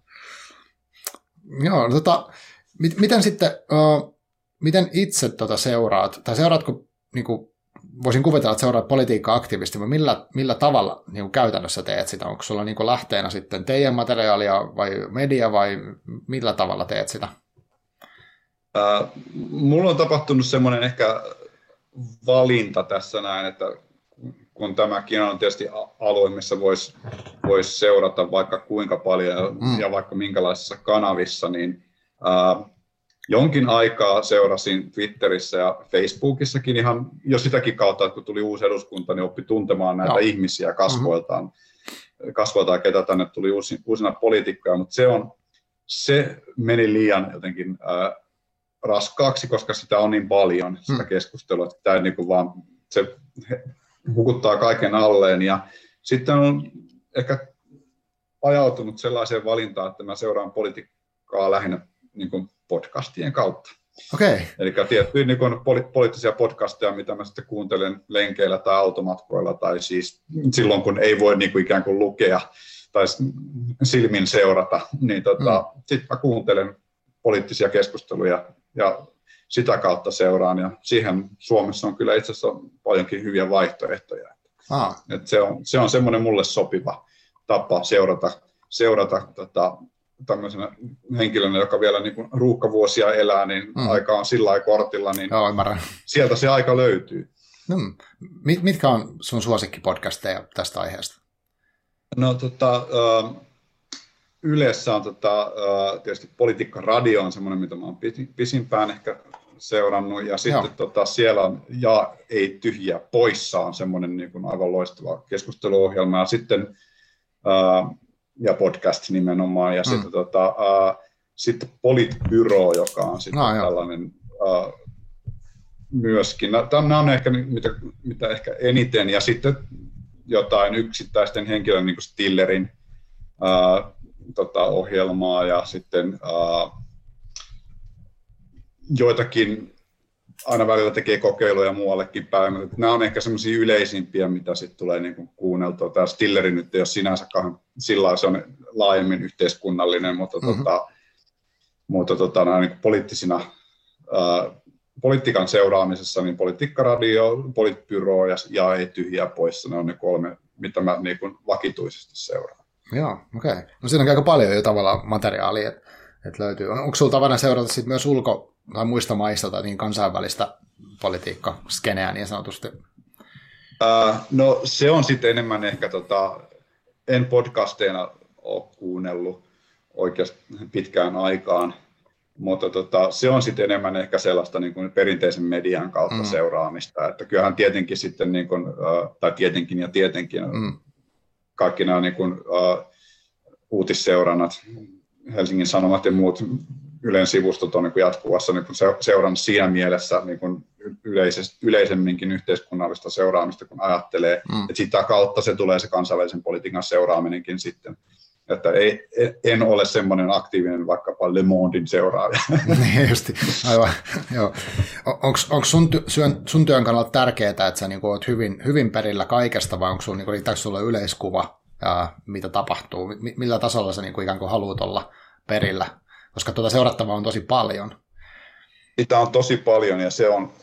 Joo, tota, mit, miten sitten... Uh, Miten itse tuota seuraat, tai seuraatko, niin kuin, voisin kuvitella, että seuraat politiikkaa aktiivisesti, mutta millä, millä tavalla niin kuin käytännössä teet sitä? Onko sulla niin kuin lähteenä sitten teidän materiaalia vai media vai millä tavalla teet sitä? Äh, mulla on tapahtunut semmoinen ehkä valinta tässä näin, että kun tämäkin on tietysti alue, missä voisi vois seurata vaikka kuinka paljon mm. ja vaikka minkälaisissa kanavissa, niin äh, jonkin aikaa seurasin Twitterissä ja Facebookissakin ihan jo sitäkin kautta, että kun tuli uusi eduskunta, niin oppi tuntemaan näitä Joo. ihmisiä kasvoiltaan, mm-hmm. kasvoiltaan, ketä tänne tuli uusi, uusina poliitikkoja, mutta se, on, se meni liian jotenkin äh, raskaaksi, koska sitä on niin paljon, sitä mm. keskustelua, että tämä niin kuin vaan, se hukuttaa kaiken alleen. Ja sitten on ehkä ajautunut sellaiseen valintaan, että mä seuraan politiikkaa lähinnä niin kuin podcastien kautta. Okay. Eli tiettyjä niin kuin poli- poliittisia podcasteja, mitä mä sitten kuuntelen lenkeillä tai automatkoilla, tai siis silloin, kun ei voi niin kuin ikään kuin lukea tai silmin seurata, niin tota, mm. sitten mä kuuntelen poliittisia keskusteluja ja sitä kautta seuraan, ja siihen Suomessa on kyllä itse asiassa paljonkin hyviä vaihtoehtoja. Ah. Et se on, se on semmoinen mulle sopiva tapa seurata, seurata tota, tämmöisenä henkilönä, joka vielä niin kuin ruuhkavuosia elää, niin mm. aika on sillä lailla kortilla, niin Joo, sieltä se aika löytyy. Hmm. Mitkä on sun suosikkipodcasteja tästä aiheesta? No tota, Ylessä on tota, tietysti Politiikka Radio on semmoinen, mitä mä oon pisimpään ehkä seurannut, ja sitten tota, siellä on Ja ei tyhjiä poissa on semmoinen niin kuin aivan loistava keskusteluohjelma, ja sitten ää, ja podcast nimenomaan, ja mm. sitten, tota, ää, sitten Politbyro, joka on sitten no, tällainen ää, myöskin, nämä on ehkä mitä, mitä ehkä eniten, ja sitten jotain yksittäisten henkilön, niin kuin Stillerin ää, tota, ohjelmaa, ja sitten ää, joitakin aina välillä tekee kokeiluja muuallekin päin, mutta nämä on ehkä semmoisia yleisimpiä, mitä sitten tulee niin kuin kuunneltua. Tämä Stilleri nyt ei ole sinänsä sillä se on laajemmin yhteiskunnallinen, mutta, mm-hmm. tota, mutta tota, nämä niin poliittisina, ää, politiikan seuraamisessa, niin Politiikkaradio, Politbyro ja, ja ei tyhjiä poissa, ne on ne kolme, mitä mä niin kuin vakituisesti seuraan. Joo, okei. Okay. No siinä on aika paljon jo tavallaan materiaalia, että et löytyy. On, onko sinulla tavana seurata sit myös ulko- tai muista maista tai niin kansainvälistä politiikkaskeneä niin sanotusti? Uh, no se on sitten enemmän ehkä, tota, en podcasteina ole kuunnellut oikeasti pitkään aikaan, mutta tota, se on sitten enemmän ehkä sellaista niin kuin perinteisen median kautta mm. seuraamista, että kyllähän tietenkin sitten, niin kuin, uh, tai tietenkin ja tietenkin, mm. kaikki nämä niin kuin, uh, uutisseurannat, Helsingin Sanomat ja muut Ylen sivustot on niin kuin jatkuvassa niin kuin seurannut siinä mielessä niin kuin yleisemminkin yhteiskunnallista seuraamista, kun ajattelee, mm. että sitä kautta se tulee se kansainvälisen politiikan seuraaminenkin sitten. Että ei, en ole semmoinen aktiivinen vaikkapa Le Mondein seuraaja. Niin justi, aivan. Joo. Onko sun, sun työn kannalta tärkeää, että sä niinku oot hyvin, hyvin perillä kaikesta, vai onko sun, niinku, riittääkö sulla yleiskuva, ja mitä tapahtuu? Millä tasolla sä niinku ikään kuin haluat olla perillä? Koska tuota seurattavaa on tosi paljon. Sitä on tosi paljon, ja se on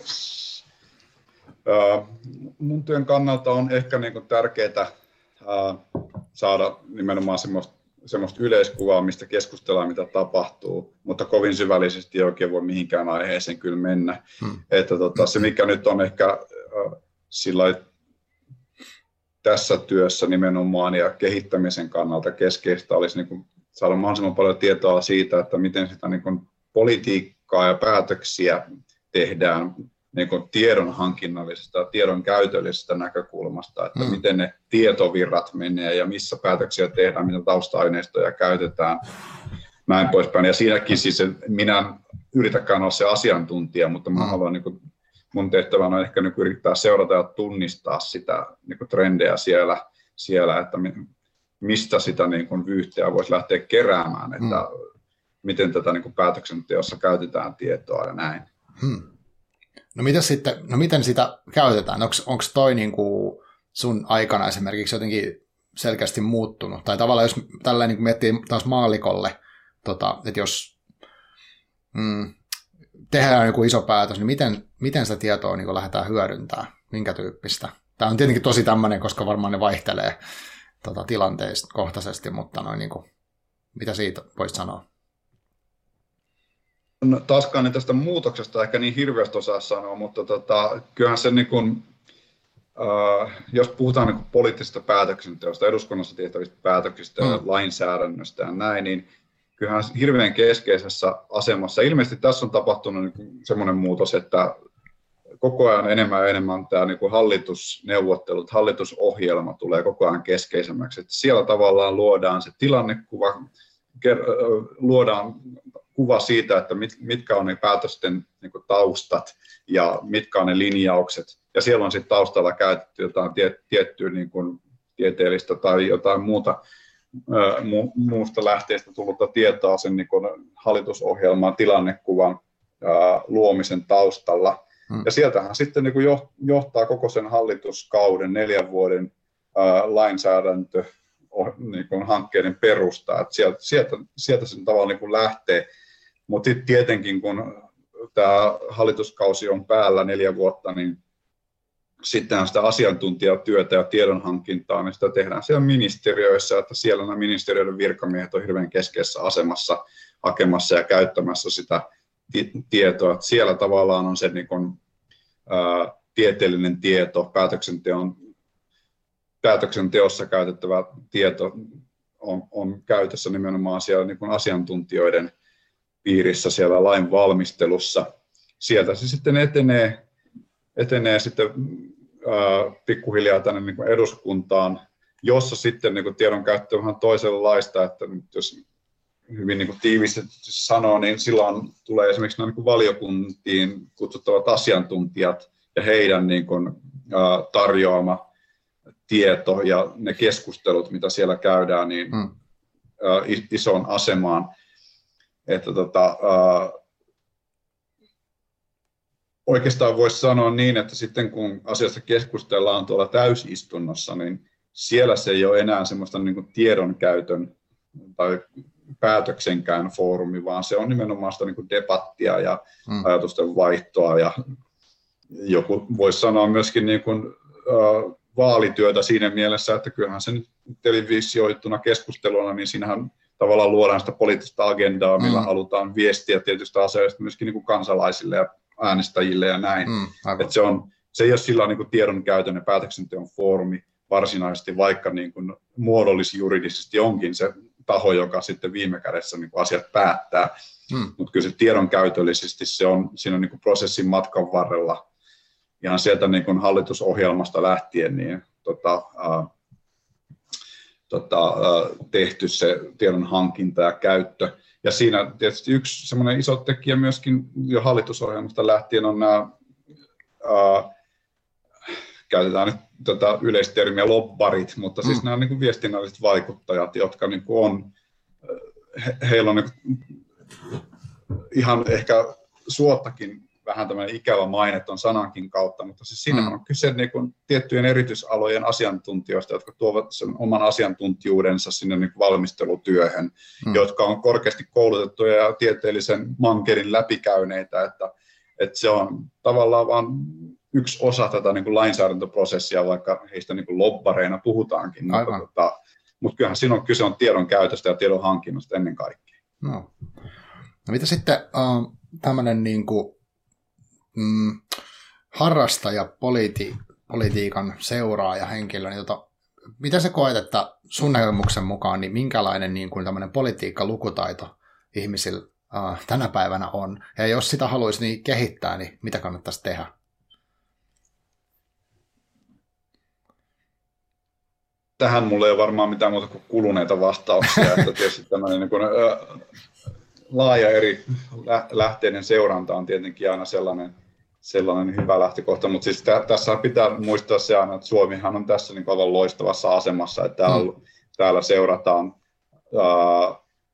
äh, mun työn kannalta on ehkä niinku tärkeää äh, saada nimenomaan semmoista, semmoista yleiskuvaa, mistä keskustellaan, mitä tapahtuu, mutta kovin syvällisesti ei oikein voi mihinkään aiheeseen kyllä mennä. Hmm. Että tota, se, mikä nyt on ehkä äh, sillai, tässä työssä nimenomaan ja kehittämisen kannalta keskeistä olisi niin kuin saada mahdollisimman paljon tietoa siitä, että miten sitä niin kuin politiikkaa ja päätöksiä tehdään niin kuin tiedon hankinnallisesta ja tiedon käytöllisestä näkökulmasta, että mm. miten ne tietovirrat menee ja missä päätöksiä tehdään, mitä tausta-aineistoja käytetään, näin poispäin. Ja siinäkin siis minä yritäkään olla se asiantuntija, mutta mä mm. haluan, niin kuin, mun tehtävänä on ehkä niin kuin yrittää seurata ja tunnistaa sitä niin kuin trendejä siellä, siellä, että mistä sitä niin kuin vyyhteä voisi lähteä keräämään, että mm. miten tätä niin kuin päätöksenteossa käytetään tietoa ja näin. Hmm. No, miten sitten, no miten sitä käytetään? Onko toi niin kuin sun aikana esimerkiksi jotenkin selkeästi muuttunut? Tai tavallaan jos tällä niin kuin miettii taas maallikolle, tota, että jos mm, tehdään joku iso päätös, niin miten, miten sitä tietoa niin kuin lähdetään hyödyntämään? Minkä tyyppistä? Tämä on tietenkin tosi tämmöinen, koska varmaan ne vaihtelee tota, tilanteista kohtaisesti, mutta noin, niin kuin, mitä siitä voisit sanoa? No, taaskaan niin tästä muutoksesta ehkä niin hirveästi osaa sanoa, mutta tota, kyllähän se, niin kuin, äh, jos puhutaan niin kuin poliittisesta päätöksenteosta, eduskunnassa tehtävistä päätöksistä mm. ja lainsäädännöstä ja näin, niin kyllähän hirveän keskeisessä asemassa. Ilmeisesti tässä on tapahtunut niin kuin semmoinen muutos, että koko ajan enemmän ja enemmän tämä niin kuin hallitusneuvottelut, hallitusohjelma tulee koko ajan keskeisemmäksi. Että siellä tavallaan luodaan se tilannekuva, luodaan kuva siitä, että mit, mitkä on ne päätösten niin kuin taustat ja mitkä on ne linjaukset. Ja siellä on sitten taustalla käytetty jotain tie, tiettyä niin kuin tieteellistä tai jotain muuta, mu, muusta lähteestä tullutta tietoa sen niin kuin hallitusohjelman tilannekuvan ää, luomisen taustalla. Hmm. Ja sieltähän sitten niin kuin johtaa koko sen hallituskauden neljän vuoden ää, lainsäädäntö niin kuin hankkeiden perusta. Että sieltä, sieltä, sieltä sen tavalla niin kuin lähtee. Mutta tietenkin kun tämä hallituskausi on päällä neljä vuotta, niin sitten sitä asiantuntijatyötä ja tiedonhankintaa, niin sitä tehdään siellä ministeriöissä, että siellä nämä ministeriöiden virkamiehet on hirveän keskeisessä asemassa hakemassa ja käyttämässä sitä tietoa. Että siellä tavallaan on se niin kuin, ää, tieteellinen tieto, päätöksenteon, päätöksenteossa käytettävä tieto on, on käytössä nimenomaan siellä niin kuin asiantuntijoiden piirissä siellä lain valmistelussa. Sieltä se sitten etenee, etenee sitten ää, pikkuhiljaa tänne niin kuin eduskuntaan, jossa sitten niin kuin tiedonkäyttö on vähän toisenlaista, että nyt jos hyvin niin kuin tiivisti sanoo, niin silloin tulee esimerkiksi niin kuin valiokuntiin kutsuttavat asiantuntijat ja heidän niin kuin, ää, tarjoama tieto ja ne keskustelut, mitä siellä käydään, niin mm. ää, isoon asemaan. Että tota, ää, oikeastaan voisi sanoa niin, että sitten kun asiasta keskustellaan tuolla täysistunnossa, niin siellä se ei ole enää semmoista niin kuin tiedonkäytön tai päätöksenkään foorumi, vaan se on nimenomaan sitä niin kuin debattia ja mm. ajatusten vaihtoa. Ja joku voisi sanoa myöskin niin kuin, ää, vaalityötä siinä mielessä, että kyllähän se nyt televisioituna keskusteluna, niin siinähän tavallaan luodaan sitä poliittista agendaa, millä mm. halutaan viestiä tietystä asioista myöskin niin kuin kansalaisille ja äänestäjille ja näin. Mm, että se, on, se ei ole sillä niin kuin tiedonkäytön ja päätöksenteon foorumi varsinaisesti, vaikka niin kuin muodollis-juridisesti onkin se taho, joka sitten viime kädessä niin kuin asiat päättää. Mm. Mutta kyllä se tiedonkäytöllisesti se on siinä niin kuin prosessin matkan varrella ihan sieltä niin kuin hallitusohjelmasta lähtien niin, tota, ää, tota, ää, tehty se tiedon hankinta ja käyttö. Ja siinä tietysti yksi semmoinen iso tekijä myöskin jo hallitusohjelmasta lähtien on nämä, ää, käytetään nyt tätä yleistermiä lobbarit, mutta siis mm. nämä niin kuin viestinnälliset vaikuttajat, jotka niin kuin on, he, heillä on niin kuin ihan ehkä suottakin vähän tämmöinen ikävä maine ton sanankin kautta, mutta siis siinähän on kyse niin kuin tiettyjen erityisalojen asiantuntijoista, jotka tuovat sen oman asiantuntijuudensa sinne niin kuin valmistelutyöhön, mm. jotka on korkeasti koulutettuja ja tieteellisen mankelin läpikäyneitä, että, että se on tavallaan vain yksi osa tätä niin kuin lainsäädäntöprosessia, vaikka heistä niin kuin lobbareina puhutaankin, mutta, mutta, mutta kyllähän siinä on kyse on tiedon käytöstä ja tiedon hankinnasta ennen kaikkea. No. No mitä sitten uh, tämmöinen niin kuin Mm, harrastaja, politi, politiikan seuraaja henkilö, niin tota, mitä sä koet, että sun näkemyksen mukaan, niin minkälainen niin kuin tämmöinen politiikkalukutaito ihmisillä äh, tänä päivänä on? Ja jos sitä haluaisi niin kehittää, niin mitä kannattaisi tehdä? Tähän mulla ei ole varmaan mitään muuta kuin kuluneita vastauksia, että tietysti tämmöinen niin kuin, äh, laaja eri lähteiden seuranta on tietenkin aina sellainen, sellainen hyvä lähtökohta, mutta siis tä, tässä pitää muistaa se aina, että Suomihan on tässä niin aivan loistavassa asemassa, että täällä, mm. täällä seurataan ää,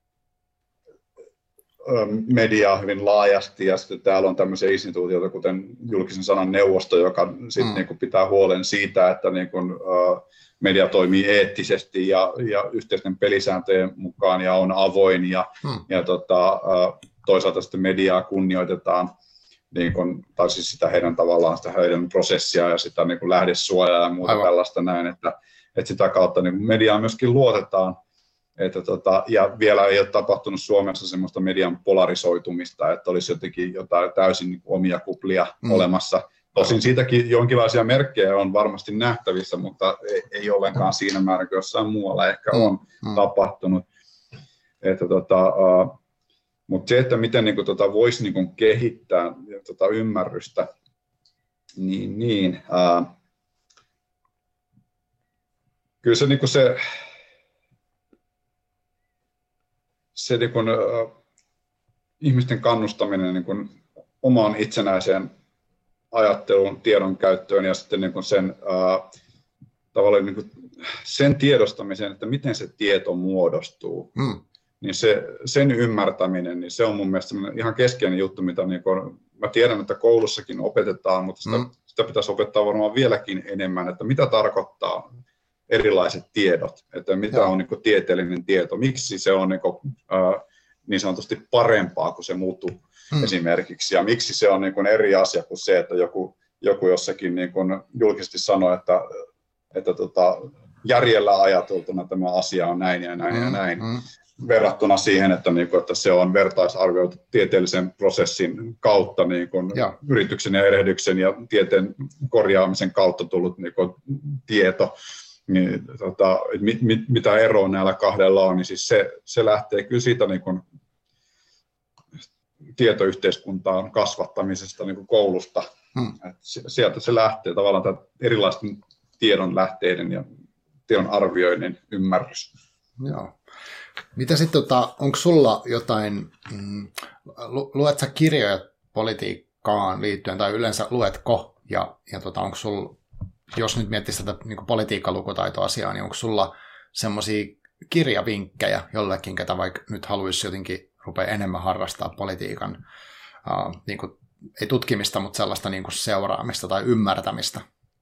mediaa hyvin laajasti ja sitten täällä on tämmöisiä instituutioita, kuten julkisen sanan neuvosto, joka sit, mm. niin kuin pitää huolen siitä, että niin kuin, ää, media toimii eettisesti ja, ja yhteisten pelisääntöjen mukaan ja on avoin ja, hmm. ja tota, toisaalta sitten mediaa kunnioitetaan, niin kun, tai siis sitä heidän tavallaan sitä heidän prosessia ja sitä niin kun lähdesuojaa ja muuta Aivan. tällaista näin, että, että sitä kautta niin mediaa myöskin luotetaan. Että tota, ja vielä ei ole tapahtunut Suomessa semmoista median polarisoitumista, että olisi jotenkin jotain täysin niin kuin omia kuplia hmm. olemassa. Tosin siitäkin jonkinlaisia merkkejä on varmasti nähtävissä, mutta ei, ei ollenkaan siinä määrin, kuin jossain muualla ehkä on mm. tapahtunut. Että tota, uh, mutta se, että miten niin kuin, tota, voisi niin kuin, kehittää tota, ymmärrystä, niin, niin uh, kyllä se, niin kuin se, se niin kuin, uh, ihmisten kannustaminen niin kuin, omaan itsenäiseen ajattelun, tiedon käyttöön ja sitten niin kuin sen ää, tavallaan niin kuin sen tiedostamisen, että miten se tieto muodostuu, mm. niin se, sen ymmärtäminen, niin se on mun mielestä ihan keskeinen juttu, mitä niin kun, mä tiedän, että koulussakin opetetaan, mutta sitä, mm. sitä pitäisi opettaa varmaan vieläkin enemmän, että mitä tarkoittaa erilaiset tiedot, että mitä Joo. on niin kun, tieteellinen tieto, miksi se on niin, kun, äh, niin sanotusti parempaa kuin se mutu mm. esimerkiksi, ja miksi se on niin kun, eri asia kuin se, että joku, joku jossakin niin kun, julkisesti sanoo, että, että tota, järjellä ajateltuna tämä asia on näin ja näin mm. ja näin. Mm. verrattuna siihen, että, niin kuin, että se on vertaisarvioitu tieteellisen prosessin kautta niin kuin yrityksen ja erehdyksen ja tieteen korjaamisen kautta tullut niin kuin, tieto. Niin, tota, mit, mit, mitä eroa näillä kahdella on, niin siis se, se lähtee kyllä siitä niin kuin, tietoyhteiskuntaan kasvattamisesta niin kuin koulusta. Hmm. Et sieltä se lähtee tavallaan tämä erilaisten tiedon lähteiden ja tiedon arvioinnin ymmärrys. Joo. Mitä sitten, tota, onko sulla jotain, mm, lu, luet sä kirjoja politiikkaan liittyen, tai yleensä luetko, ja, ja tota, onko sulla, jos nyt miettisi tätä niin politiikkalukutaitoasiaa, niin onko sulla semmoisia kirjavinkkejä jollekin, ketä vaikka nyt haluaisi jotenkin rupea enemmän harrastaa politiikan, uh, niin kuin, ei tutkimista, mutta sellaista niin kuin seuraamista tai ymmärtämistä?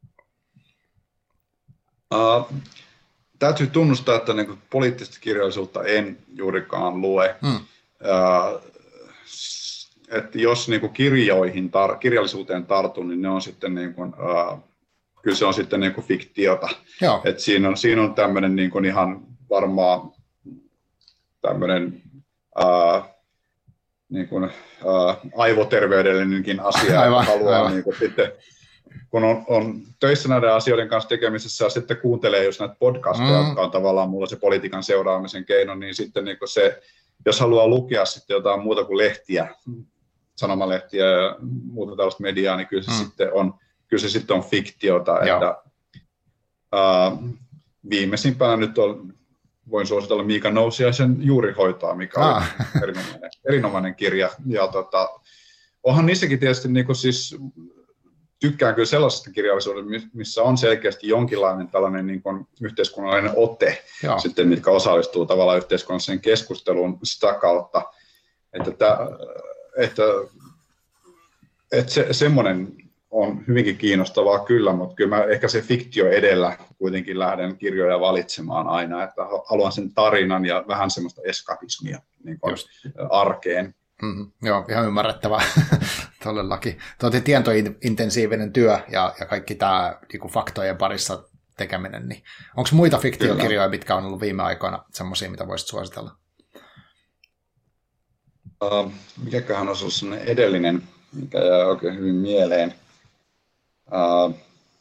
Uh. Täytyy tunnustaa, että niin kuin poliittista kirjallisuutta en juurikaan lue. Mm. Äh, että jos niin kuin kirjoihin, tar- kirjallisuuteen tartun, niin ne on sitten niin kuin, äh, kyllä se on sitten niin kuin fiktiota. Et siinä on, siinä on tämmöinen niin kuin ihan varmaan tämmöinen äh, niin kuin, äh, aivoterveydellinenkin asia, aivan, että haluaa aivan. Niin kuin sitten kun on, on töissä näiden asioiden kanssa tekemisessä ja sitten kuuntelee just näitä podcasteja, mm. jotka on tavallaan mulla se politiikan seuraamisen keino, niin sitten niin se, jos haluaa lukea sitten jotain muuta kuin lehtiä, sanomalehtiä ja muuta tällaista mediaa, niin kyllä se, mm. sitten, on, kyllä se sitten on fiktiota. Että, ää, viimeisimpänä nyt on, voin suositella Miika Nousiaisen Juurihoitoa, mikä ah. on erinomainen, erinomainen kirja. Ja tota, onhan niissäkin tietysti niin kuin siis tykkään kyllä sellaisesta kirjallisuudesta, missä on selkeästi jonkinlainen tällainen niin kuin yhteiskunnallinen ote, sitten, mitkä osallistuu tavallaan yhteiskunnalliseen keskusteluun sitä kautta, että, että, että, että se, semmoinen on hyvinkin kiinnostavaa kyllä, mutta kyllä mä ehkä se fiktio edellä kuitenkin lähden kirjoja valitsemaan aina, että haluan sen tarinan ja vähän semmoista eskapismia niin kuin arkeen. Mm-hmm. Joo, ihan ymmärrettävää todellakin. Tuo on tietointensiivinen työ ja, ja kaikki tämä niin faktojen parissa tekeminen. Niin onko muita fiktiokirjoja, mitkä on ollut viime aikoina semmoisia, mitä voisit suositella? Uh, mikäköhän olisi ollut semmoinen edellinen, mikä jää oikein hyvin mieleen. Uh,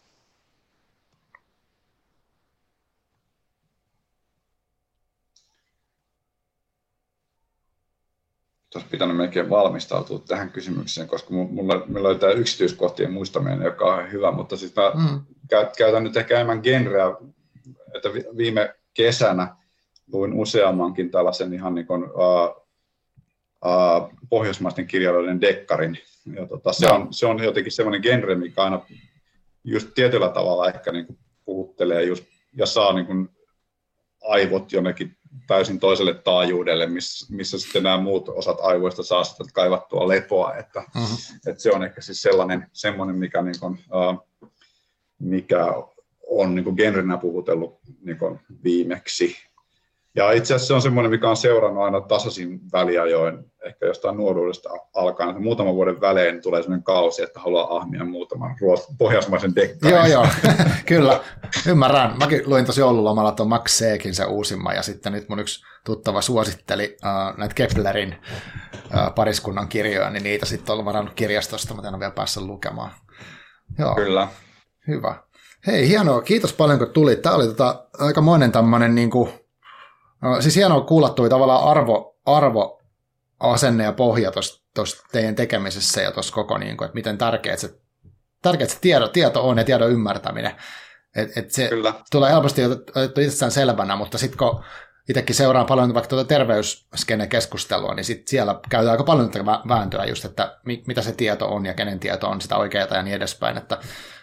olisi pitänyt melkein valmistautua tähän kysymykseen, koska mulla, mulla oli tämä yksityiskohtien muistaminen, joka on hyvä, mutta siis mä mm. käytän nyt ehkä enemmän genreä, että viime kesänä luin useammankin tällaisen ihan niin kuin, uh, uh, pohjoismaisten kirjailijoiden dekkarin. Ja tota, se, on, se on jotenkin semmoinen genre, mikä aina just tietyllä tavalla ehkä niin kuin puhuttelee just, ja saa niin kuin aivot jonnekin täysin toiselle taajuudelle, missä, missä sitten nämä muut osat aivoista saa sitä kaivattua lepoa, että, mm-hmm. että se on ehkä siis sellainen, semmoinen, mikä, niin kuin, uh, mikä on niin kuin genrenä puhutellut niin kuin viimeksi. Ja itse asiassa se on semmoinen, mikä on seurannut aina tasaisin väliajoin, ehkä jostain nuoruudesta alkaen, että muutaman vuoden välein tulee semmoinen kausi, että haluaa ahmia muutaman ruos- pohjoismaisen dekkarin. Joo, joo, kyllä, ymmärrän. Mäkin luin tosi joululomalla tuon Max Seekin se uusimman, ja sitten nyt mun yksi tuttava suositteli uh, näitä Keplerin uh, pariskunnan kirjoja, niin niitä sitten olen varannut kirjastosta, mutta en ole vielä päässyt lukemaan. Joo, kyllä. Hyvä. Hei, hienoa, kiitos paljon kun tulit. Tämä oli tota, aikamoinen tämmöinen niin kuin no, siis hienoa kuulla tuo tavallaan arvo, arvoasenne ja pohja tuossa teidän tekemisessä ja tuossa koko, niin kuin, että miten tärkeää se, tärkeät se tieto, tieto on ja tiedon ymmärtäminen. Et, et se Kyllä. tulee helposti otettu itsessään selvänä, mutta sitten kun itsekin seuraan paljon vaikka tuota terveysskene-keskustelua, niin sit siellä käydään aika paljon vääntöä just, että mi, mitä se tieto on ja kenen tieto on sitä oikeaa ja niin edespäin. Että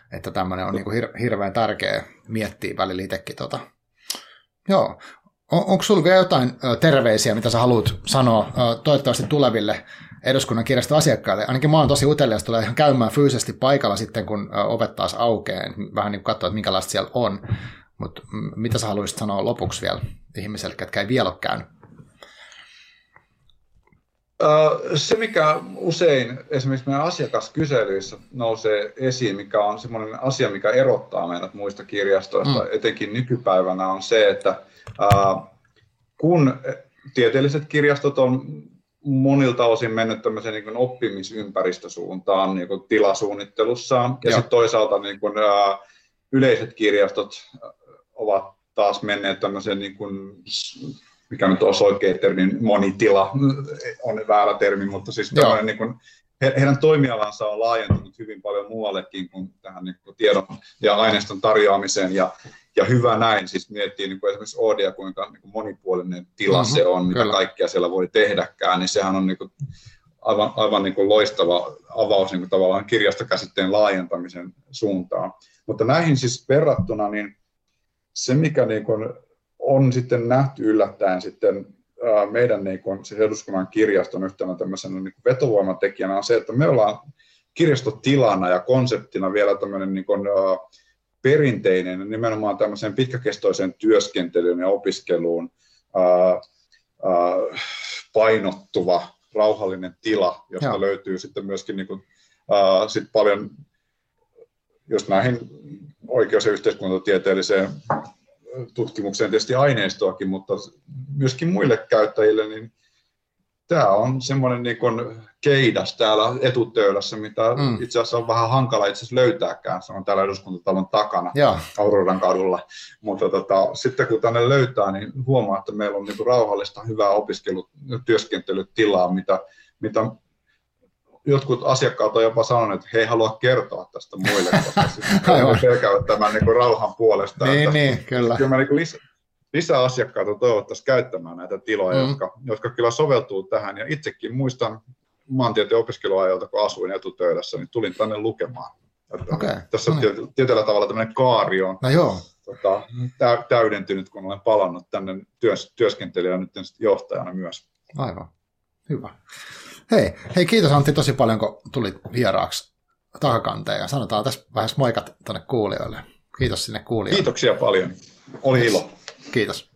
että tämmöinen on niin kuin hir- hirveän tärkeä miettiä välillä itsekin. Tota. Joo. On, onko sinulla vielä jotain terveisiä, mitä sä haluat sanoa toivottavasti tuleville eduskunnan kirjaston asiakkaille? Ainakin mä oon tosi utelias, tulee ihan käymään fyysisesti paikalla sitten, kun ovet taas aukeaa. Vähän niin kuin katsoa, että minkälaista siellä on. Mutta mitä sä haluaisit sanoa lopuksi vielä ihmiselle, ketkä ei vielä ole käynyt? Se, mikä usein esimerkiksi meidän asiakaskyselyissä nousee esiin, mikä on semmoinen asia, mikä erottaa meidät muista kirjastoista, mm. etenkin nykypäivänä, on se, että kun tieteelliset kirjastot on monilta osin mennyt tämmöiseen niin kuin oppimisympäristösuuntaan niin kuin tilasuunnittelussaan, ja sitten toisaalta niin kuin, ää, yleiset kirjastot ovat taas menneet tämmöiseen, niin kuin, mikä nyt olisi oikea termi, monitila on väärä termi, mutta siis tämmöinen, niin kuin, he, heidän toimialansa on laajentunut hyvin paljon muuallekin kuin tähän niin kuin tiedon ja aineiston tarjoamiseen, ja Ja hyvä näin, siis miettii niin kuin esimerkiksi Oodea, kuinka niin kuin monipuolinen tila mm-hmm, se on, mitä kyllä. kaikkea siellä voi tehdäkään, niin sehän on niin kuin aivan, aivan niin kuin loistava avaus niin kuin tavallaan kirjastokäsitteen laajentamisen suuntaan. Mutta näihin siis verrattuna, niin se mikä niin kuin on sitten nähty yllättäen sitten ää, meidän niin kuin, siis eduskunnan kirjaston yhtenä tämmöisenä niin kuin vetovoimatekijänä on se, että me ollaan kirjastotilana ja konseptina vielä tämmöinen niin kuin, ää, perinteinen nimenomaan tämmöiseen pitkäkestoiseen työskentelyyn ja opiskeluun ää, ää, painottuva rauhallinen tila, josta Joo. löytyy sitten myöskin niin kuin, ää, sit paljon just näihin oikeus- ja yhteiskuntatieteelliseen tutkimukseen tietysti aineistoakin, mutta myöskin muille käyttäjille, niin tämä on semmoinen niin kuin keidas täällä etutöylässä, mitä mm. itse asiassa on vähän hankala itse asiassa löytääkään. Se on täällä eduskuntatalon takana, Auroran kadulla. Mutta tota, sitten kun tänne löytää, niin huomaa, että meillä on niin kuin rauhallista, hyvää opiskelu- ja työskentelytilaa, mitä, mitä jotkut asiakkaat on jopa sanoneet, että he ei halua kertoa tästä muille, koska he pelkäävät tämän niin kuin rauhan puolesta. Niin, että, niin, kyllä. kyllä niin lisä, lisää asiakkaita toivottaisiin käyttämään näitä tiloja, mm. jotka, jotka kyllä soveltuu tähän. Ja itsekin muistan maantieteen opiskeluajalta, kun asuin etutöylässä, niin tulin tänne lukemaan. Okay. Tässä no niin. Tietyllä tavalla tämmöinen kaari on no joo. Tota, täydentynyt, kun olen palannut tänne työs, työskentelijänä nyt johtajana myös. Aivan. Hyvä. Hei, hei, kiitos Antti tosi paljon, kun tulit vieraaksi takakanteen. Ja sanotaan tässä vähän moikat tuonne kuulijoille. Kiitos sinne kuulijoille. Kiitoksia paljon. Oli ilo. Kiitos.